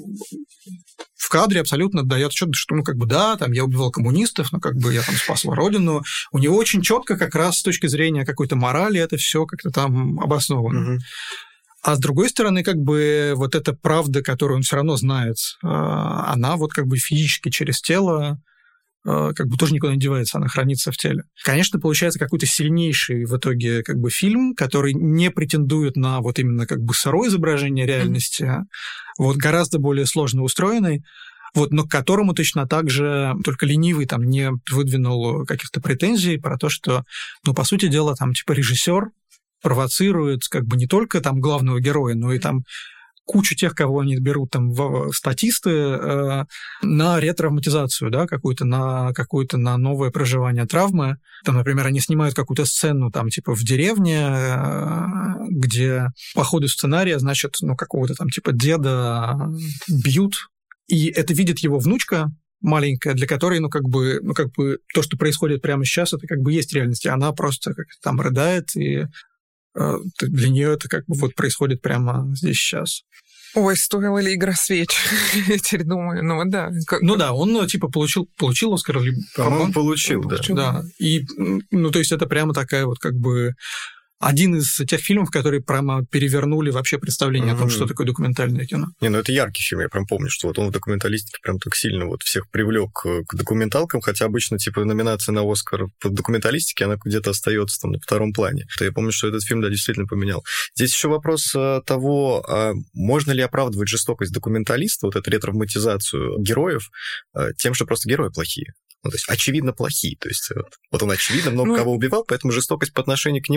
в кадре абсолютно дает отчет, что, ну, как бы, да, там, я убивал коммунистов, но как бы я там спасал родину. У него очень четко как раз с точки зрения какой-то морали это все как-то там обосновано. Угу. А с другой стороны, как бы, вот эта правда, которую он все равно знает, она вот как бы физически через тело как бы тоже никуда не девается, она хранится в теле. Конечно, получается какой-то сильнейший в итоге как бы фильм, который не претендует на вот именно как бы сырое изображение реальности, mm-hmm. вот гораздо более сложно устроенный, вот, но к которому точно так же только ленивый там не выдвинул каких-то претензий про то, что, ну, по сути дела, там типа режиссер провоцирует как бы не только там главного героя, но и там кучу тех, кого они берут там в, в статисты, э, на ретравматизацию, да, какую-то, на какую-то на новое проживание травмы. Там, например, они снимают какую-то сцену там типа в деревне, э, где по ходу сценария, значит, ну, какого-то там типа деда бьют, и это видит его внучка маленькая, для которой, ну, как бы, ну, как бы то, что происходит прямо сейчас, это как бы есть реальность, и она просто как-то там рыдает, и для нее это как бы вот происходит прямо здесь сейчас. Ой, стоила ли «Игра свеч»? Я теперь думаю, ну да. Как... Ну да, он типа получил, получил «Оскар». По-моему, получил, да. Получил, да. И, ну, то есть это прямо такая вот как бы один из тех фильмов, которые прямо перевернули вообще представление mm-hmm. о том, что такое документальное кино. Не, ну это яркий фильм, я прям помню, что вот он в документалистике прям так сильно вот всех привлек к документалкам, хотя обычно типа номинация на «Оскар» по документалистике, она где-то остается там на втором плане. То я помню, что этот фильм, да, действительно поменял. Здесь еще вопрос того, можно ли оправдывать жестокость документалиста, вот эту ретравматизацию героев, тем, что просто герои плохие. Ну, то есть, очевидно, плохие. То есть, вот, вот он, очевидно, много ну, кого убивал, поэтому жестокость по отношению к нему нормальная.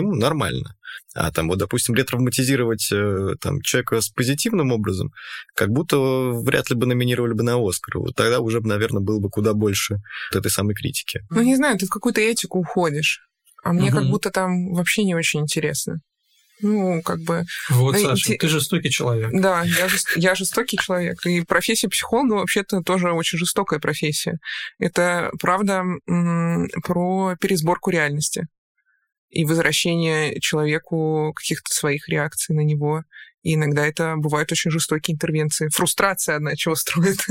нормально. А там вот, допустим, ретравматизировать там, человека с позитивным образом, как будто вряд ли бы номинировали бы на Оскар. Вот тогда уже, наверное, было бы куда больше вот этой самой критики. Ну, не знаю, ты в какую-то этику уходишь, а мне угу. как будто там вообще не очень интересно. Ну, как бы... Вот, Саша, те... ты жестокий человек. Да, я, жест... я жестокий человек. И профессия психолога вообще-то тоже очень жестокая профессия. Это, правда, м- про пересборку реальности и возвращение человеку каких-то своих реакций на него. И иногда это бывают очень жестокие интервенции. Фрустрация одна чего строит.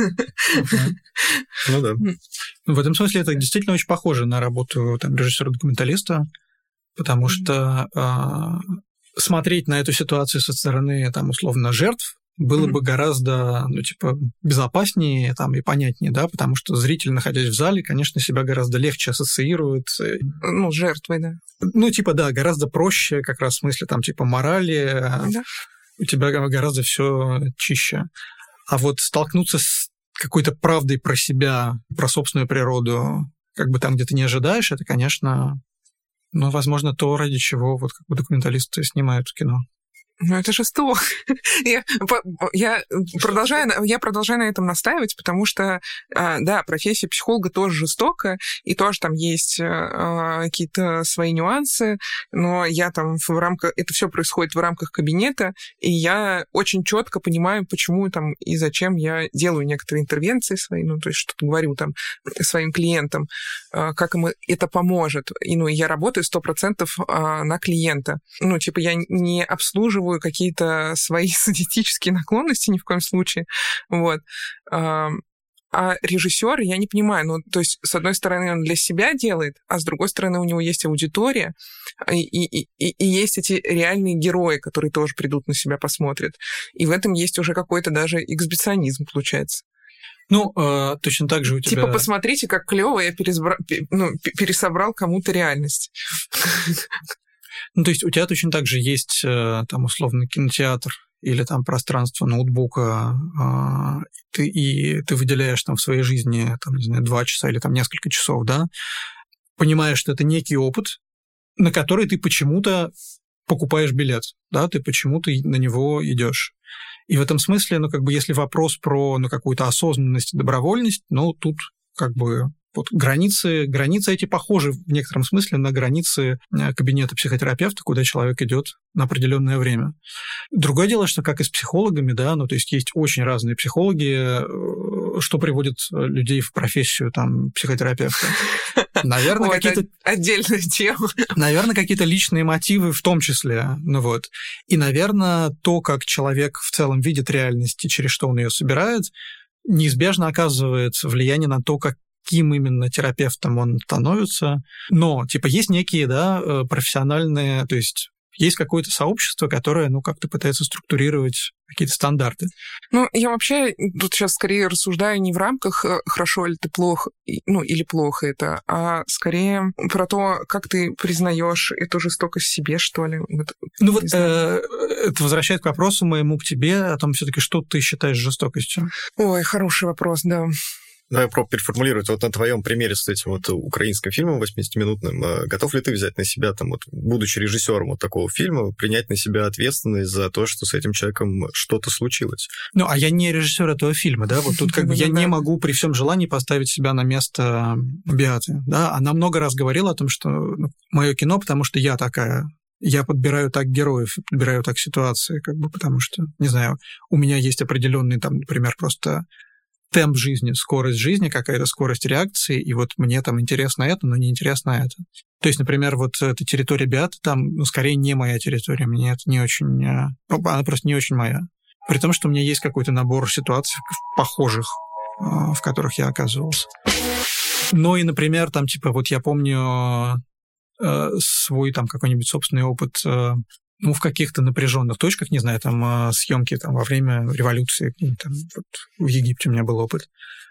Ну да. В этом смысле это действительно очень похоже на работу там, режиссера-документалиста, потому что... смотреть на эту ситуацию со стороны, там, условно, жертв было mm-hmm. бы гораздо, ну, типа, безопаснее там, и понятнее, да, потому что зритель, находясь в зале, конечно, себя гораздо легче ассоциирует. Ну, с жертвой, да. Ну, типа, да, гораздо проще, как раз в смысле, там, типа, морали, mm-hmm. у тебя гораздо все чище. А вот столкнуться с какой-то правдой про себя, про собственную природу, как бы там, где ты не ожидаешь, это, конечно... Ну, возможно, то, ради чего вот как бы документалисты снимают кино. Ну, это жестоко. я, я, продолжаю, я продолжаю на этом настаивать, потому что, да, профессия психолога тоже жестокая, и тоже там есть какие-то свои нюансы, но я там в рамках... Это все происходит в рамках кабинета, и я очень четко понимаю, почему там и зачем я делаю некоторые интервенции свои, ну, то есть что-то говорю там своим клиентам, как им это поможет. И, ну, я работаю сто процентов на клиента. Ну, типа, я не обслуживаю какие-то свои садистические наклонности ни в коем случае. Вот. А режиссер, я не понимаю, ну, то есть, с одной стороны, он для себя делает, а с другой стороны, у него есть аудитория, и, и, и, и есть эти реальные герои, которые тоже придут на себя, посмотрят. И в этом есть уже какой-то даже эксгибиционизм, получается. Ну, э, точно так же у тебя... Типа, посмотрите, как клево я пересбра... ну, пересобрал кому-то реальность. Ну, то есть у тебя точно так же есть там условно кинотеатр или там пространство ноутбука, ты, и ты выделяешь там в своей жизни, там, не знаю, два часа или там несколько часов, да, понимаешь, что это некий опыт, на который ты почему-то покупаешь билет, да, ты почему-то на него идешь. И в этом смысле, ну, как бы, если вопрос про, ну, какую-то осознанность и добровольность, ну, тут как бы... Вот границы, границы эти похожи в некотором смысле на границы кабинета психотерапевта, куда человек идет на определенное время. Другое дело, что как и с психологами, да, ну, то есть есть очень разные психологи, что приводит людей в профессию там психотерапевта. Наверное, Ой, какие-то... отдельная тема. Наверное, какие-то личные мотивы в том числе, ну вот. И, наверное, то, как человек в целом видит реальность и через что он ее собирает, неизбежно оказывает влияние на то, как каким именно терапевтом он становится. Но, типа, есть некие, да, профессиональные, то есть есть какое-то сообщество, которое, ну, как-то пытается структурировать какие-то стандарты. Ну, я вообще тут сейчас скорее рассуждаю не в рамках хорошо или ты плохо, ну, или плохо это, а скорее про то, как ты признаешь эту жестокость в себе, что ли. Вот, ну, вот э, это возвращает к вопросу моему к тебе о том, все-таки, что ты считаешь жестокостью. Ой, хороший вопрос, да. Давай попробую переформулировать. Вот на твоем примере с этим вот украинским фильмом восьмидесятиминутным, готов ли ты взять на себя, там, вот, будучи режиссером вот такого фильма, принять на себя ответственность за то, что с этим человеком что-то случилось? Ну, а я не режиссер этого фильма, да, вот тут как бы я не могу при всем желании поставить себя на место Беаты, да, она много раз говорила о том, что мое кино, потому что я такая, я подбираю так героев, подбираю так ситуации, как бы, потому что, не знаю, у меня есть определенный, там, например, просто темп жизни, скорость жизни, какая-то скорость реакции, и вот мне там интересно это, но не интересно это. То есть, например, вот эта территория Беаты там, ну, скорее не моя территория, мне это не очень... Ну, она просто не очень моя. При том, что у меня есть какой-то набор ситуаций похожих, в которых я оказывался. Ну и, например, там, типа, вот я помню свой там какой-нибудь собственный опыт, ну, в каких-то напряженных точках, не знаю, там, съемки там, во время революции, там, вот, в Египте у меня был опыт,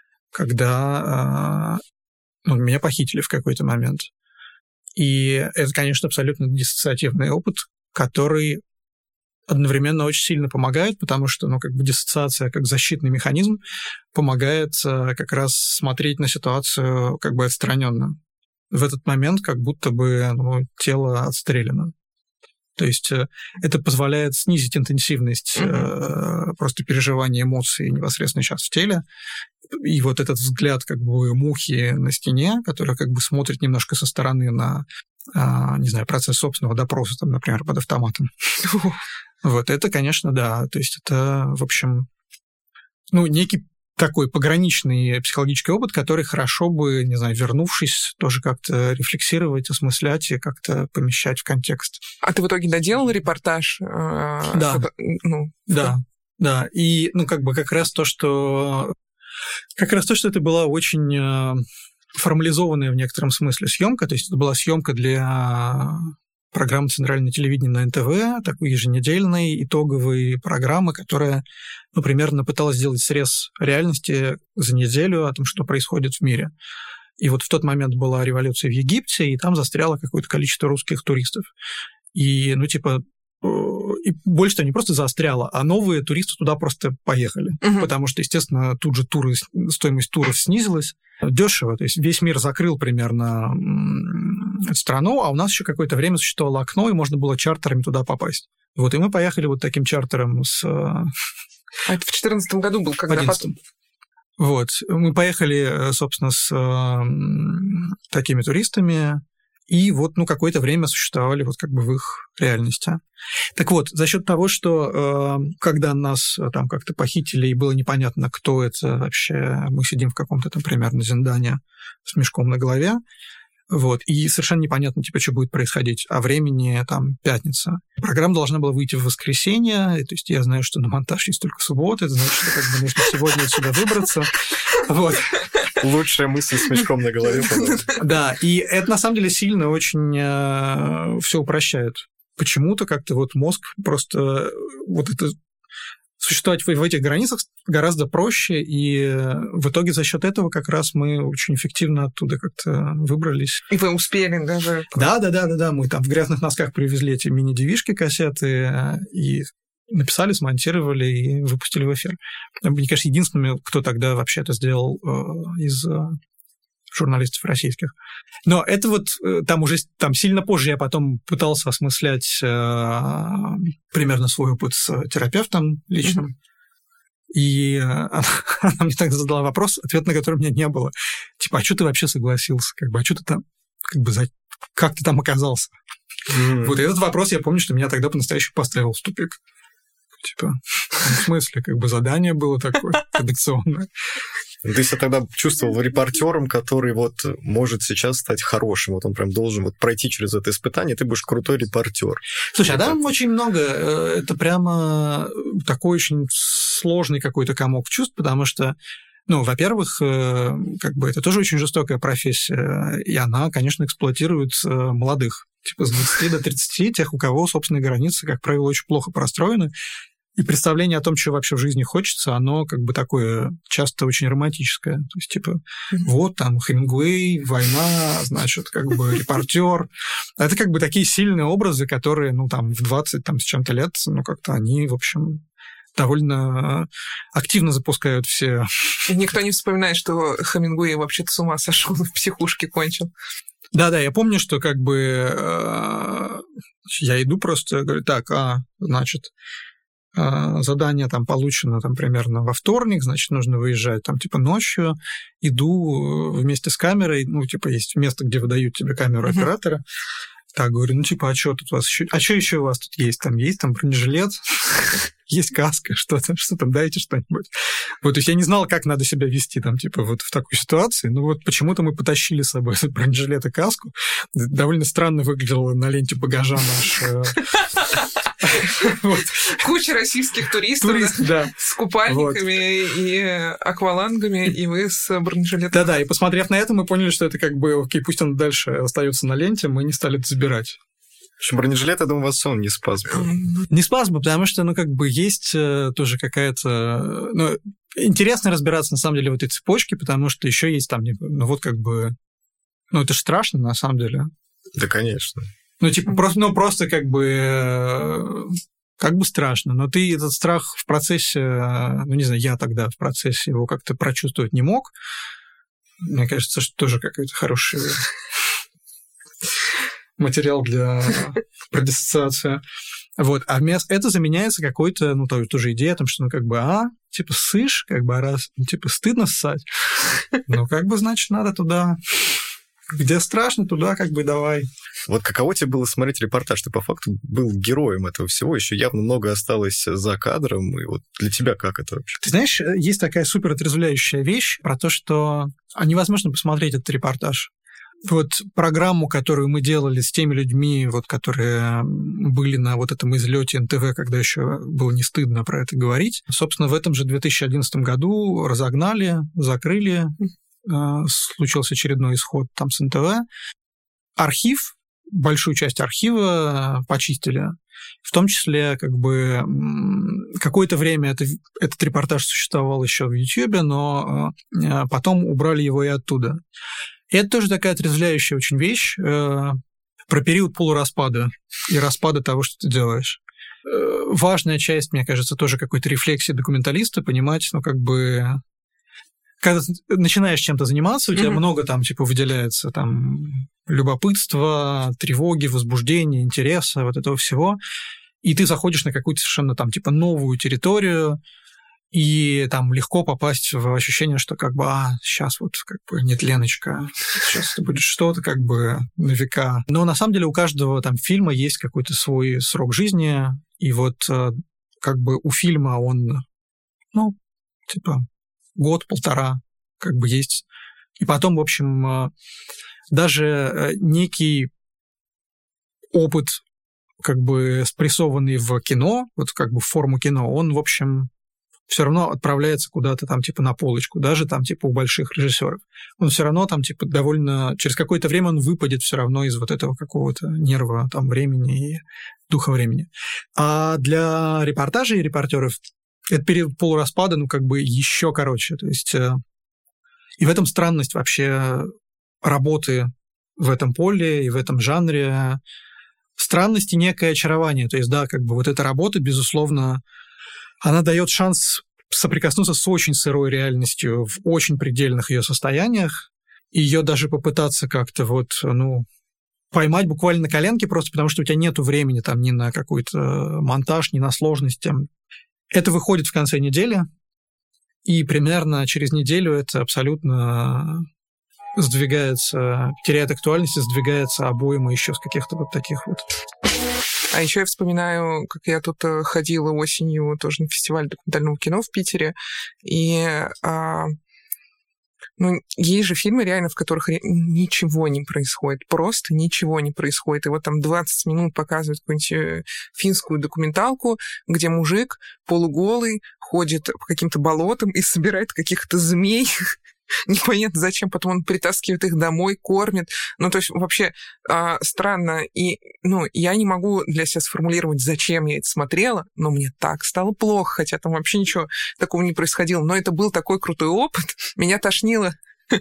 когда ну, меня похитили в какой-то момент. И это, конечно, абсолютно диссоциативный опыт, который одновременно очень сильно помогает, потому что, ну, как бы диссоциация как защитный механизм помогает как раз смотреть на ситуацию как бы отстраненно. В этот момент как будто бы ну, тело отстрелено. То есть это позволяет снизить интенсивность mm-hmm. просто переживания эмоций непосредственно сейчас в теле. И вот этот взгляд как бы мухи на стене, которая как бы смотрит немножко со стороны на, не знаю, процесс собственного допроса, там, например, под автоматом. Вот это, конечно, да. То есть это, в общем, ну, некий такой пограничный психологический опыт, который хорошо бы, не знаю, вернувшись, тоже как-то рефлексировать, осмыслять и как-то помещать в контекст. А ты в итоге доделал репортаж? Да, чтобы, ну, да, да. И, ну, как бы как раз то, что... Как раз то, что это была очень формализованная в некотором смысле съемка, то есть это была съемка для программы «Центральное телевидение» на эн тэ вэ, такой еженедельной, итоговой программы, которая, ну, примерно пыталась сделать срез реальности за неделю о том, что происходит в мире. И вот в тот момент была революция в Египте, и там застряло какое-то количество русских туристов. И, ну, типа, и больше того, не просто заостряло, а новые туристы туда просто поехали. Uh-huh. Потому что, естественно, тут же туры, стоимость туров снизилась. Дешево, то есть весь мир закрыл примерно эту страну, а у нас еще какое-то время существовало окно, и можно было чартерами туда попасть. Вот, и мы поехали вот таким чартером с... А это в четырнадцатом году был, когда потом... Вот, мы поехали, собственно, с э, такими туристами, и вот, ну, какое-то время существовали вот как бы в их реальности. Так вот, за счет того, что э, когда нас там как-то похитили, и было непонятно, кто это вообще, мы сидим в каком-то там примерно зиндане с мешком на голове, вот, и совершенно непонятно, типа, что будет происходить, а времени там пятница. Программа должна была выйти в воскресенье, то есть я знаю, что на монтаж есть только суббота, это значит, что как бы нужно сегодня отсюда выбраться, вот. Лучшая мысль с мешком на голове. Да, и это на самом деле сильно очень э, все упрощает. Почему-то как-то вот мозг просто вот это существовать в, в этих границах гораздо проще, и в итоге за счет этого как раз мы очень эффективно оттуда как-то выбрались. И вы успели даже? Да, да, да, да, да. Мы там в грязных носках привезли эти мини-ди ви-шки, кассеты, и написали, смонтировали и выпустили в эфир. Мне кажется, единственными, кто тогда вообще это сделал э, из э, журналистов российских. Но это вот там уже там сильно позже я потом пытался осмыслять э, примерно свой опыт с терапевтом личным. Mm-hmm. И она, она мне тогда задала вопрос, ответ на который у меня не было. Типа, а что ты вообще согласился? Как бы, а что ты там, как бы, за... как ты там оказался? Mm-hmm. Вот этот вопрос, я помню, что меня тогда по-настоящему поставил в тупик. Типа, в смысле, как бы задание было такое редакционное. Ты себя тогда чувствовал репортером, который вот может сейчас стать хорошим, вот он прям должен вот пройти через это испытание, ты будешь крутой репортер. Слушай, а там очень много, это прямо такой очень сложный какой-то комок чувств, потому что, ну, во-первых, как бы это тоже очень жестокая профессия, и она, конечно, эксплуатирует молодых, типа с двадцати до тридцати, тех, у кого собственные границы, как правило, очень плохо простроены. И представление о том, что вообще в жизни хочется, оно как бы такое часто очень романтическое. То есть, типа, mm-hmm. вот там Хемингуэй, война, значит, как бы репортер. Это как бы такие сильные образы, которые, ну, там, в двадцать там, с чем-то лет, ну, как-то они, в общем, довольно активно запускают все... И никто не вспоминает, что Хемингуэй вообще-то с ума сошел, в психушке кончил. Да-да, я помню, что как бы э, я иду просто, говорю, так, а, значит... задание там получено там примерно во вторник, значит, нужно выезжать там типа ночью, иду вместе с камерой, ну, типа есть место, где выдают тебе камеру uh-huh. оператора, так, говорю, ну, типа, а что тут у вас еще, а что еще у вас тут есть? Там есть там бронежилет, есть каска, что-то, что там, дайте что-нибудь. Вот, то есть я не знал, как надо себя вести там, типа, вот в такой ситуации, но вот почему-то мы потащили с собой этот бронежилет и каску, довольно странно выглядело на ленте багажа наш... Вот. Куча российских туристов Турист, да. с купальниками вот. И аквалангами, и вы с бронежилетом. Да-да, и посмотрев на это, мы поняли, что это как бы, окей, пусть он дальше остается на ленте, мы не стали это забирать. В общем, бронежилет, я думаю, вас он не спас бы. Не спас бы, потому что, ну, как бы есть тоже какая-то... Ну, интересно разбираться, на самом деле, в этой цепочке, потому что еще есть там, ну, вот как бы... Ну, это же страшно, на самом деле. Да, конечно. Ну, типа, просто, ну, просто как бы, как бы страшно. Но ты этот страх в процессе, ну, не знаю, я тогда в процессе его как-то прочувствовать не мог. Мне кажется, что тоже какая-то хорошая... материал для предиссоциации. Вот, а вместо это заменяется какой-то, ну, тоже идея о том, что, ну, как бы, а, типа, сышь, как бы, а раз, ну, типа, стыдно ссать, ну, как бы, значит, надо туда, где страшно, туда, как бы, давай. Вот каково тебе было смотреть репортаж? Ты, по факту, был героем этого всего, еще явно много осталось за кадром, и вот для тебя как это вообще? Ты знаешь, есть такая супер отрезвляющая вещь про то, что невозможно посмотреть этот репортаж. Вот программу, которую мы делали с теми людьми, вот, которые были на вот этом излете эн тэ вэ, когда еще было не стыдно про это говорить, собственно, в этом же две тысячи одиннадцатом году разогнали, закрыли, э, случился очередной исход там с эн тэ вэ. Архив, большую часть архива почистили, в том числе как бы какое-то время это, этот репортаж существовал еще в Ютьюбе, но э, потом убрали его и оттуда. И это тоже такая отрезвляющая очень вещь э, про период полураспада и распада того, что ты делаешь. Э, важная часть, мне кажется, тоже какой-то рефлексии документалиста, понимать, ну, как бы... Когда ты начинаешь чем-то заниматься, у тебя mm-hmm. много там, типа, выделяется там любопытства, тревоги, возбуждения, интереса, вот этого всего, и ты заходишь на какую-то совершенно там, типа, новую территорию, и там легко попасть в ощущение, что как бы, а, сейчас вот как бы нет Леночка, сейчас это будет что-то как бы на века. Но на самом деле у каждого там фильма есть какой-то свой срок жизни, и вот как бы у фильма он, ну, типа, год-полтора как бы есть. И потом, в общем, даже некий опыт, как бы спрессованный в кино, вот как бы в форму кино, он, в общем, все равно отправляется куда-то там типа на полочку, даже там типа у больших режиссеров. Он все равно там типа довольно... Через какое-то время он выпадет все равно из вот этого какого-то нерва там времени и духа времени. А для репортажей и репортеров этот период полураспада, ну, как бы еще короче. То есть... И в этом странность вообще работы в этом поле и в этом жанре. Странность и некое очарование. То есть, да, как бы вот эта работа, безусловно, она дает шанс соприкоснуться с очень сырой реальностью в очень предельных ее состояниях, и ее даже попытаться как-то вот, ну, поймать буквально на коленке, просто потому что у тебя нету времени там ни на какой-то монтаж, ни на сложность. Это выходит в конце недели, и примерно через неделю это абсолютно сдвигается, теряет актуальность и сдвигается обойма еще с каких-то вот таких вот... А еще я вспоминаю, как я тут ходила осенью тоже на фестиваль документального кино в Питере, и а, ну, есть же фильмы реально, в которых ничего не происходит, просто ничего не происходит. И вот там двадцать минут показывают какую-нибудь финскую документалку, где мужик полуголый ходит по каким-то болотам и собирает каких-то змей. Непонятно зачем, потом он притаскивает их домой, кормит. Ну, то есть вообще э, странно. И, ну, я не могу для себя сформулировать, зачем я это смотрела, но мне так стало плохо, хотя там вообще ничего такого не происходило. Но это был такой крутой опыт. Меня тошнило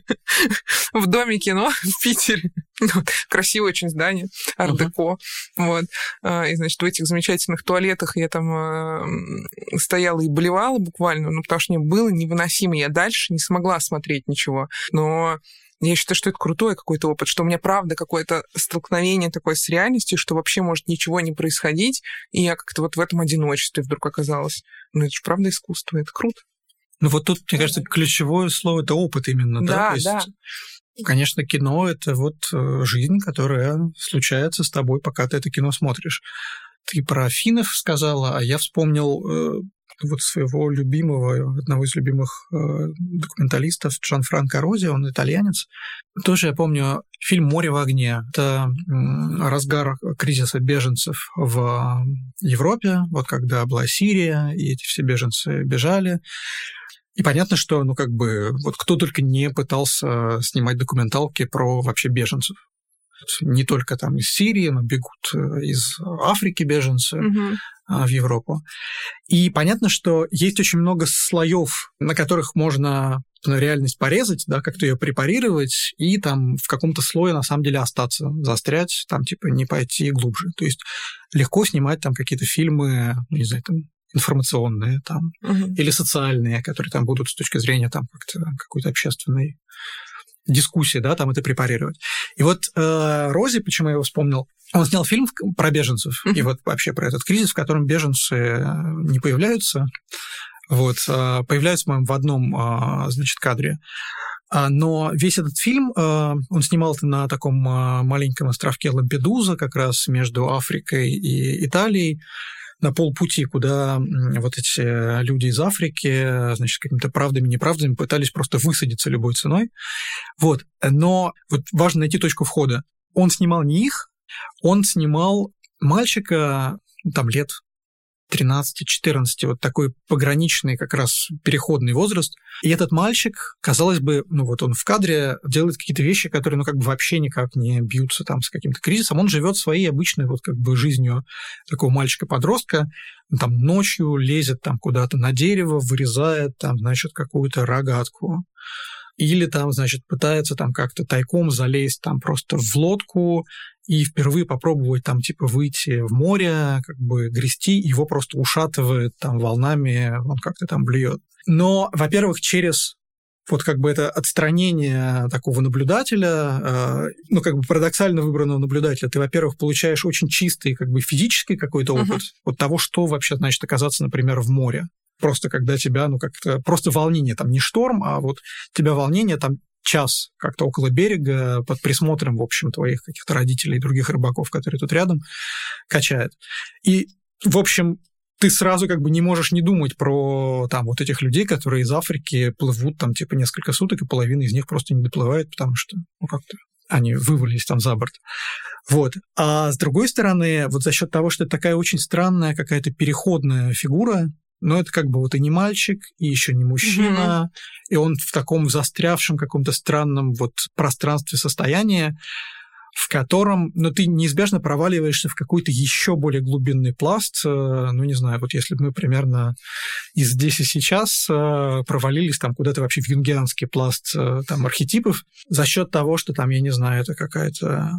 в Доме кино в Питере. Красивое очень здание, арт-деко. Вот. И, значит, в этих замечательных туалетах я там стояла и болевала буквально, ну, потому что мне было невыносимо. Я дальше не смогла смотреть ничего. Но я считаю, что это крутой какой-то опыт, что у меня, правда, какое-то столкновение такое с реальностью, что вообще может ничего не происходить, и я как-то вот в этом одиночестве вдруг оказалась. Ну, это же, правда, искусство, это круто. Ну вот тут, мне кажется, ключевое слово – это опыт именно, да? Да, То есть, да. Конечно, кино – это вот жизнь, которая случается с тобой, пока ты это кино смотришь. Ты про финнов сказала, а я вспомнил э, вот своего любимого, одного из любимых э, документалистов, Джанфранко Рози, он итальянец. Тоже я помню фильм «Море в огне». Это э, разгар кризиса беженцев в Европе, вот когда была Сирия, и эти все беженцы бежали. И понятно, что, ну, как бы, вот кто только не пытался снимать документалки про вообще беженцев. Не только там из Сирии, но бегут из Африки беженцы mm-hmm. в Европу. И понятно, что есть очень много слоев, на которых можно реальность порезать, да, как-то ее препарировать, и там в каком-то слое на самом деле остаться, застрять, там, типа, не пойти глубже. То есть легко снимать там какие-то фильмы, не знаю, там, информационные там, uh-huh. или социальные, которые там будут с точки зрения там как-то какой-то общественной дискуссии, да, там это препарировать. И вот э, Рози, почему я его вспомнил, он снял фильм про беженцев, mm-hmm. и вот вообще про этот кризис, в котором беженцы не появляются. Вот, э, появляются, по-моему, в одном, э, значит, кадре. Но весь этот фильм, он снимал это на таком маленьком островке Лампедуза, как раз между Африкой и Италией, на полпути, куда вот эти люди из Африки, значит, какими-то правдами, неправдами пытались просто высадиться любой ценой. Вот. Но вот важно найти точку входа. Он снимал не их, он снимал мальчика, там, лет тринадцать-четырнадцать, вот такой пограничный как раз переходный возраст. И этот мальчик, казалось бы, ну вот он в кадре делает какие-то вещи, которые ну как бы вообще никак не бьются там с каким-то кризисом. Он живет своей обычной вот как бы жизнью такого мальчика-подростка. Он там ночью лезет там куда-то на дерево, вырезает там, значит, какую-то рогатку. Или там, значит, пытается там как-то тайком залезть там просто в лодку и впервые попробовать там типа выйти в море, как бы грести, его просто ушатывает там волнами, он как-то там блюет. Но, во-первых, через вот как бы это отстранение такого наблюдателя, ну как бы парадоксально выбранного наблюдателя, ты, во-первых, получаешь очень чистый как бы физический какой-то опыт uh-huh. вот того, что вообще значит оказаться, например, в море. Просто когда тебя, ну, как-то... Просто волнение, там, не шторм, а вот тебя волнение, там, час как-то около берега под присмотром, в общем, твоих каких-то родителей и других рыбаков, которые тут рядом, качает. И, в общем, ты сразу как бы не можешь не думать про, там, вот этих людей, которые из Африки плывут, там, типа, несколько суток, и половина из них просто не доплывает, потому что, ну, как-то они вывалились там за борт. Вот. А с другой стороны, вот за счет того, что это такая очень странная какая-то переходная фигура, но это как бы вот и не мальчик, и еще не мужчина, mm-hmm. и он в таком застрявшем каком-то странном вот пространстве состоянии, в котором, ну, ты неизбежно проваливаешься в какой-то еще более глубинный пласт. Ну, не знаю, вот если бы мы примерно и здесь, и сейчас провалились там куда-то вообще в юнгианский пласт там архетипов за счет того, что там, я не знаю, это какая-то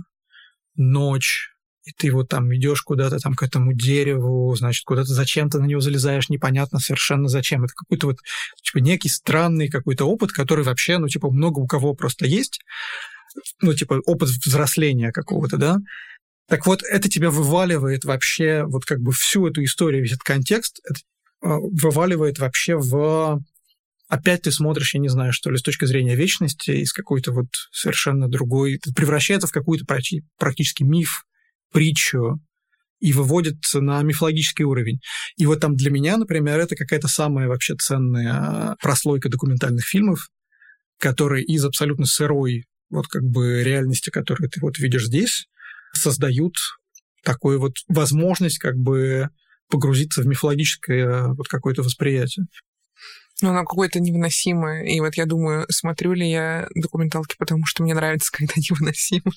ночь, и ты вот там идешь куда-то там к этому дереву, значит, куда-то зачем-то на него залезаешь, непонятно совершенно зачем. Это какой-то вот, типа, некий странный какой-то опыт, который вообще, ну, типа, много у кого просто есть, ну, типа, опыт взросления какого-то, да. Так вот, это тебя вываливает вообще, вот как бы всю эту историю, весь этот контекст, это вываливает вообще в... Опять ты смотришь, я не знаю, что ли, с точки зрения вечности, из какой-то вот совершенно другой... Это превращается в какой-то практически миф, притчу и выводит на мифологический уровень. И вот там для меня, например, это какая-то самая вообще ценная прослойка документальных фильмов, которые из абсолютно сырой вот как бы реальности, которую ты вот видишь здесь, создают такую вот возможность как бы погрузиться в мифологическое вот какое-то восприятие. Ну, оно какое-то невыносимое. И вот я думаю, смотрю ли я документалки, потому что мне нравится, когда невыносимо.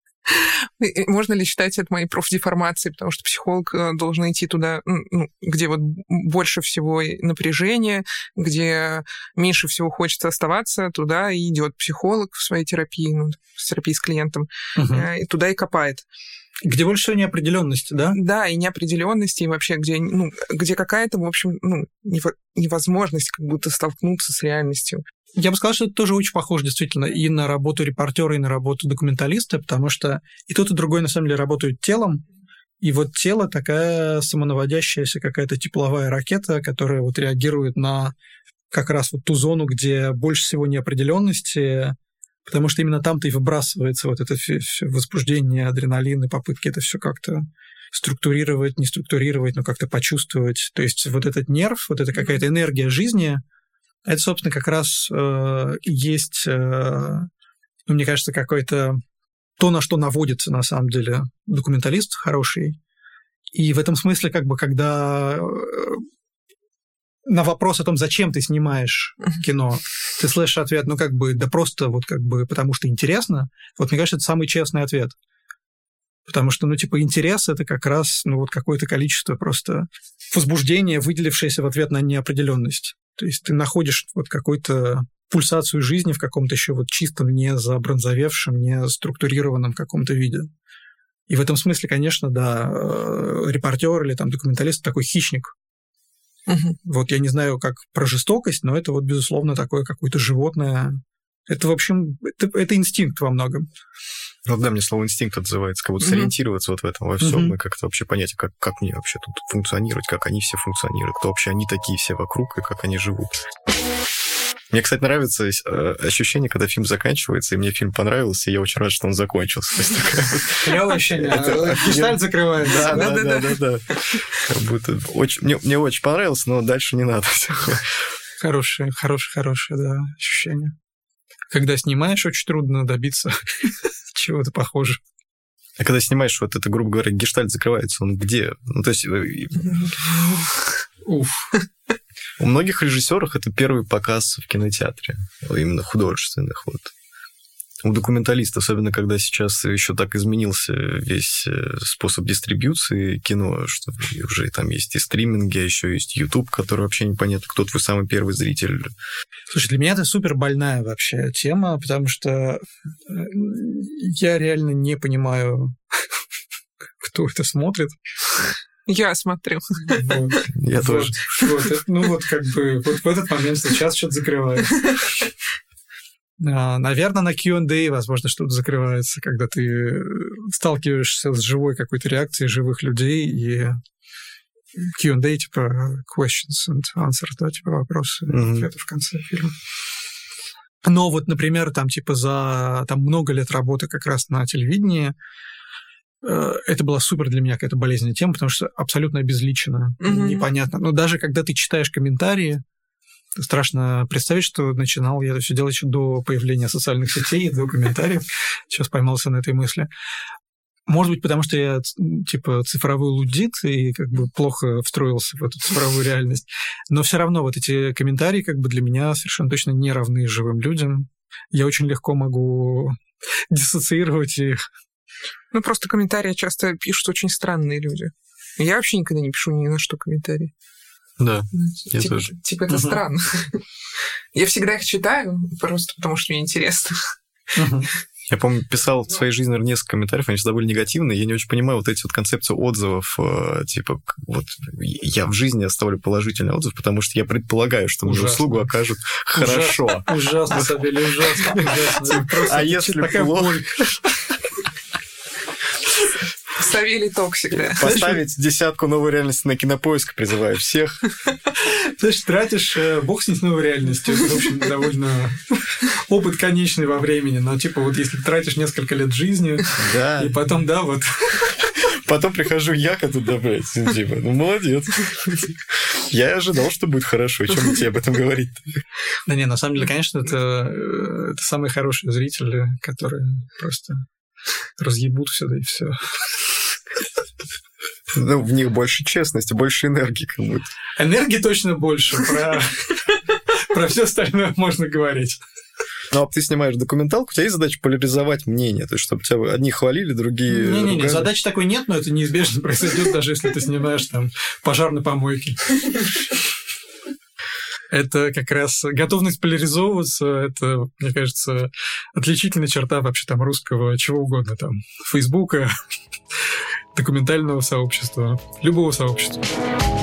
Можно ли считать это моей профдеформацией, потому что психолог должен идти туда, ну, где вот больше всего напряжения, где меньше всего хочется оставаться, туда и идет психолог в своей терапии, ну, с терапией с клиентом, угу. и туда и копает. Где больше всего неопределенности, да? Да, и неопределенности, и вообще, где, ну, где какая-то, в общем, ну, невозможность как будто столкнуться с реальностью. Я бы сказал, что это тоже очень похоже действительно и на работу репортера, и на работу документалиста, потому что и тот, и другой, на самом деле, работают телом, и вот тело такая самонаводящаяся какая-то тепловая ракета, которая вот реагирует на как раз вот ту зону, где больше всего неопределенности, потому что именно там-то и выбрасывается вот это возбуждение, адреналин и попытки это все как-то структурировать, не структурировать, но как-то почувствовать. То есть вот этот нерв, вот эта какая-то энергия жизни, это, собственно, как раз э, есть, э, ну, мне кажется, какое-то то, на что наводится, на самом деле, документалист хороший. И в этом смысле, как бы, когда э, на вопрос о том, зачем ты снимаешь кино, ты слышишь ответ, ну, как бы, да просто вот как бы потому что интересно, вот, мне кажется, это самый честный ответ. Потому что, ну, типа, интерес — это как раз, ну, вот какое-то количество просто возбуждения, выделившееся в ответ на неопределенность. То есть ты находишь вот какую-то пульсацию жизни в каком-то еще вот чистом, не забронзовевшем, не структурированном каком-то виде. И в этом смысле, конечно, да, репортер или там документалист такой хищник. Угу. Вот я не знаю, как про жестокость, но это вот, безусловно, такое какое-то животное, Это, в общем, это, это инстинкт во многом. Вот да, мне слово инстинкт отзывается, как будто mm-hmm. сориентироваться вот в этом во всем, mm-hmm. и как-то вообще понять, как, как мне вообще тут функционировать, как они все функционируют, кто вообще они такие все вокруг, и как они живут. Мне, кстати, нравится ощущение, когда фильм заканчивается, и мне фильм понравился, и я очень рад, что он закончился. Клёвое ощущение. Гештальт закрывается. Да, да, да, да, да. Как будто мне очень понравилось, но дальше не надо. Хорошее, хорошее, хорошее, да, ощущение. Когда снимаешь, очень трудно добиться чего-то похожего. А когда снимаешь, вот это, грубо говоря, гештальт закрывается, он где? Ну, то есть... Уф. У многих режиссеров это первый показ в кинотеатре, именно художественных. Вот. У документалистов, особенно когда сейчас еще так изменился весь способ дистрибьюции кино, что уже там есть и стриминги, а еще есть YouTube, который вообще непонятно, кто твой самый первый зритель. Слушай, для меня это супер больная вообще тема, потому что я реально не понимаю, кто это смотрит. Я смотрю. Вот. Я вот, тоже. Вот, это, ну вот как бы вот в этот момент сейчас что-то закрывается. А, наверное, на кью энд эй, возможно, что-то закрывается, когда ты сталкиваешься с живой какой-то реакцией живых людей, и кью энд эй, типа questions and answers, да, типа вопросы, mm-hmm. это в конце фильма. Но вот, например, там типа за там, много лет работы как раз на телевидении, это была супер для меня какая-то болезненная тема, потому что абсолютно обезличенно, mm-hmm. непонятно. Но даже когда ты читаешь комментарии, страшно представить, что начинал я это все делать еще до появления социальных сетей, до комментариев. Сейчас поймался на этой мысли. Может быть, потому что я типа цифровой лудит и как бы плохо встроился в эту цифровую реальность. Но все равно вот эти комментарии как бы для меня совершенно точно не равны живым людям. Я очень легко могу диссоциировать их. Ну, просто комментарии часто пишут очень странные люди. Я вообще никогда не пишу ни на что комментарии. Да, ну, я типа, тоже. Типа это uh-huh. странно. Я всегда их читаю, просто потому что мне интересно. Uh-huh. Я, помню, писал в своей жизни, наверное, несколько комментариев, они всегда были негативные, я не очень понимаю вот эти вот концепции отзывов, типа, вот я в жизни оставлю положительный отзыв, потому что я предполагаю, что мне услугу окажут хорошо. Ужасно, Сабель, ужасно. А если плохо... Савелий токсик, да. Поставить десятку новой реальности на Кинопоиск, призываю всех. Знаешь, тратишь, бог с ней с новой реальностью. Это, в общем, довольно опыт конечный во времени. Но, типа, вот если тратишь несколько лет жизни, да. и потом, да, вот... Потом прихожу я туда, блядь, типа, ну, молодец. Я и ожидал, что будет хорошо. Чем тебе об этом говорить? Да не, на самом деле, конечно, это, это самые хорошие зрители, которые просто разъебут все, да и все. Ну, в них больше честности, больше энергии как будто. Энергии точно больше. Про, про все остальное можно говорить. Ну, а ты снимаешь документалку, у тебя есть задача поляризовать мнение, то есть, чтобы тебя одни хвалили, другие... Не-не-не, задачи такой нет, но это неизбежно произойдет, даже если ты снимаешь там пожар на помойке. Это как раз готовность поляризовываться, это, мне кажется, отличительная черта вообще там русского чего угодно, там, Фейсбука, документального сообщества, любого сообщества.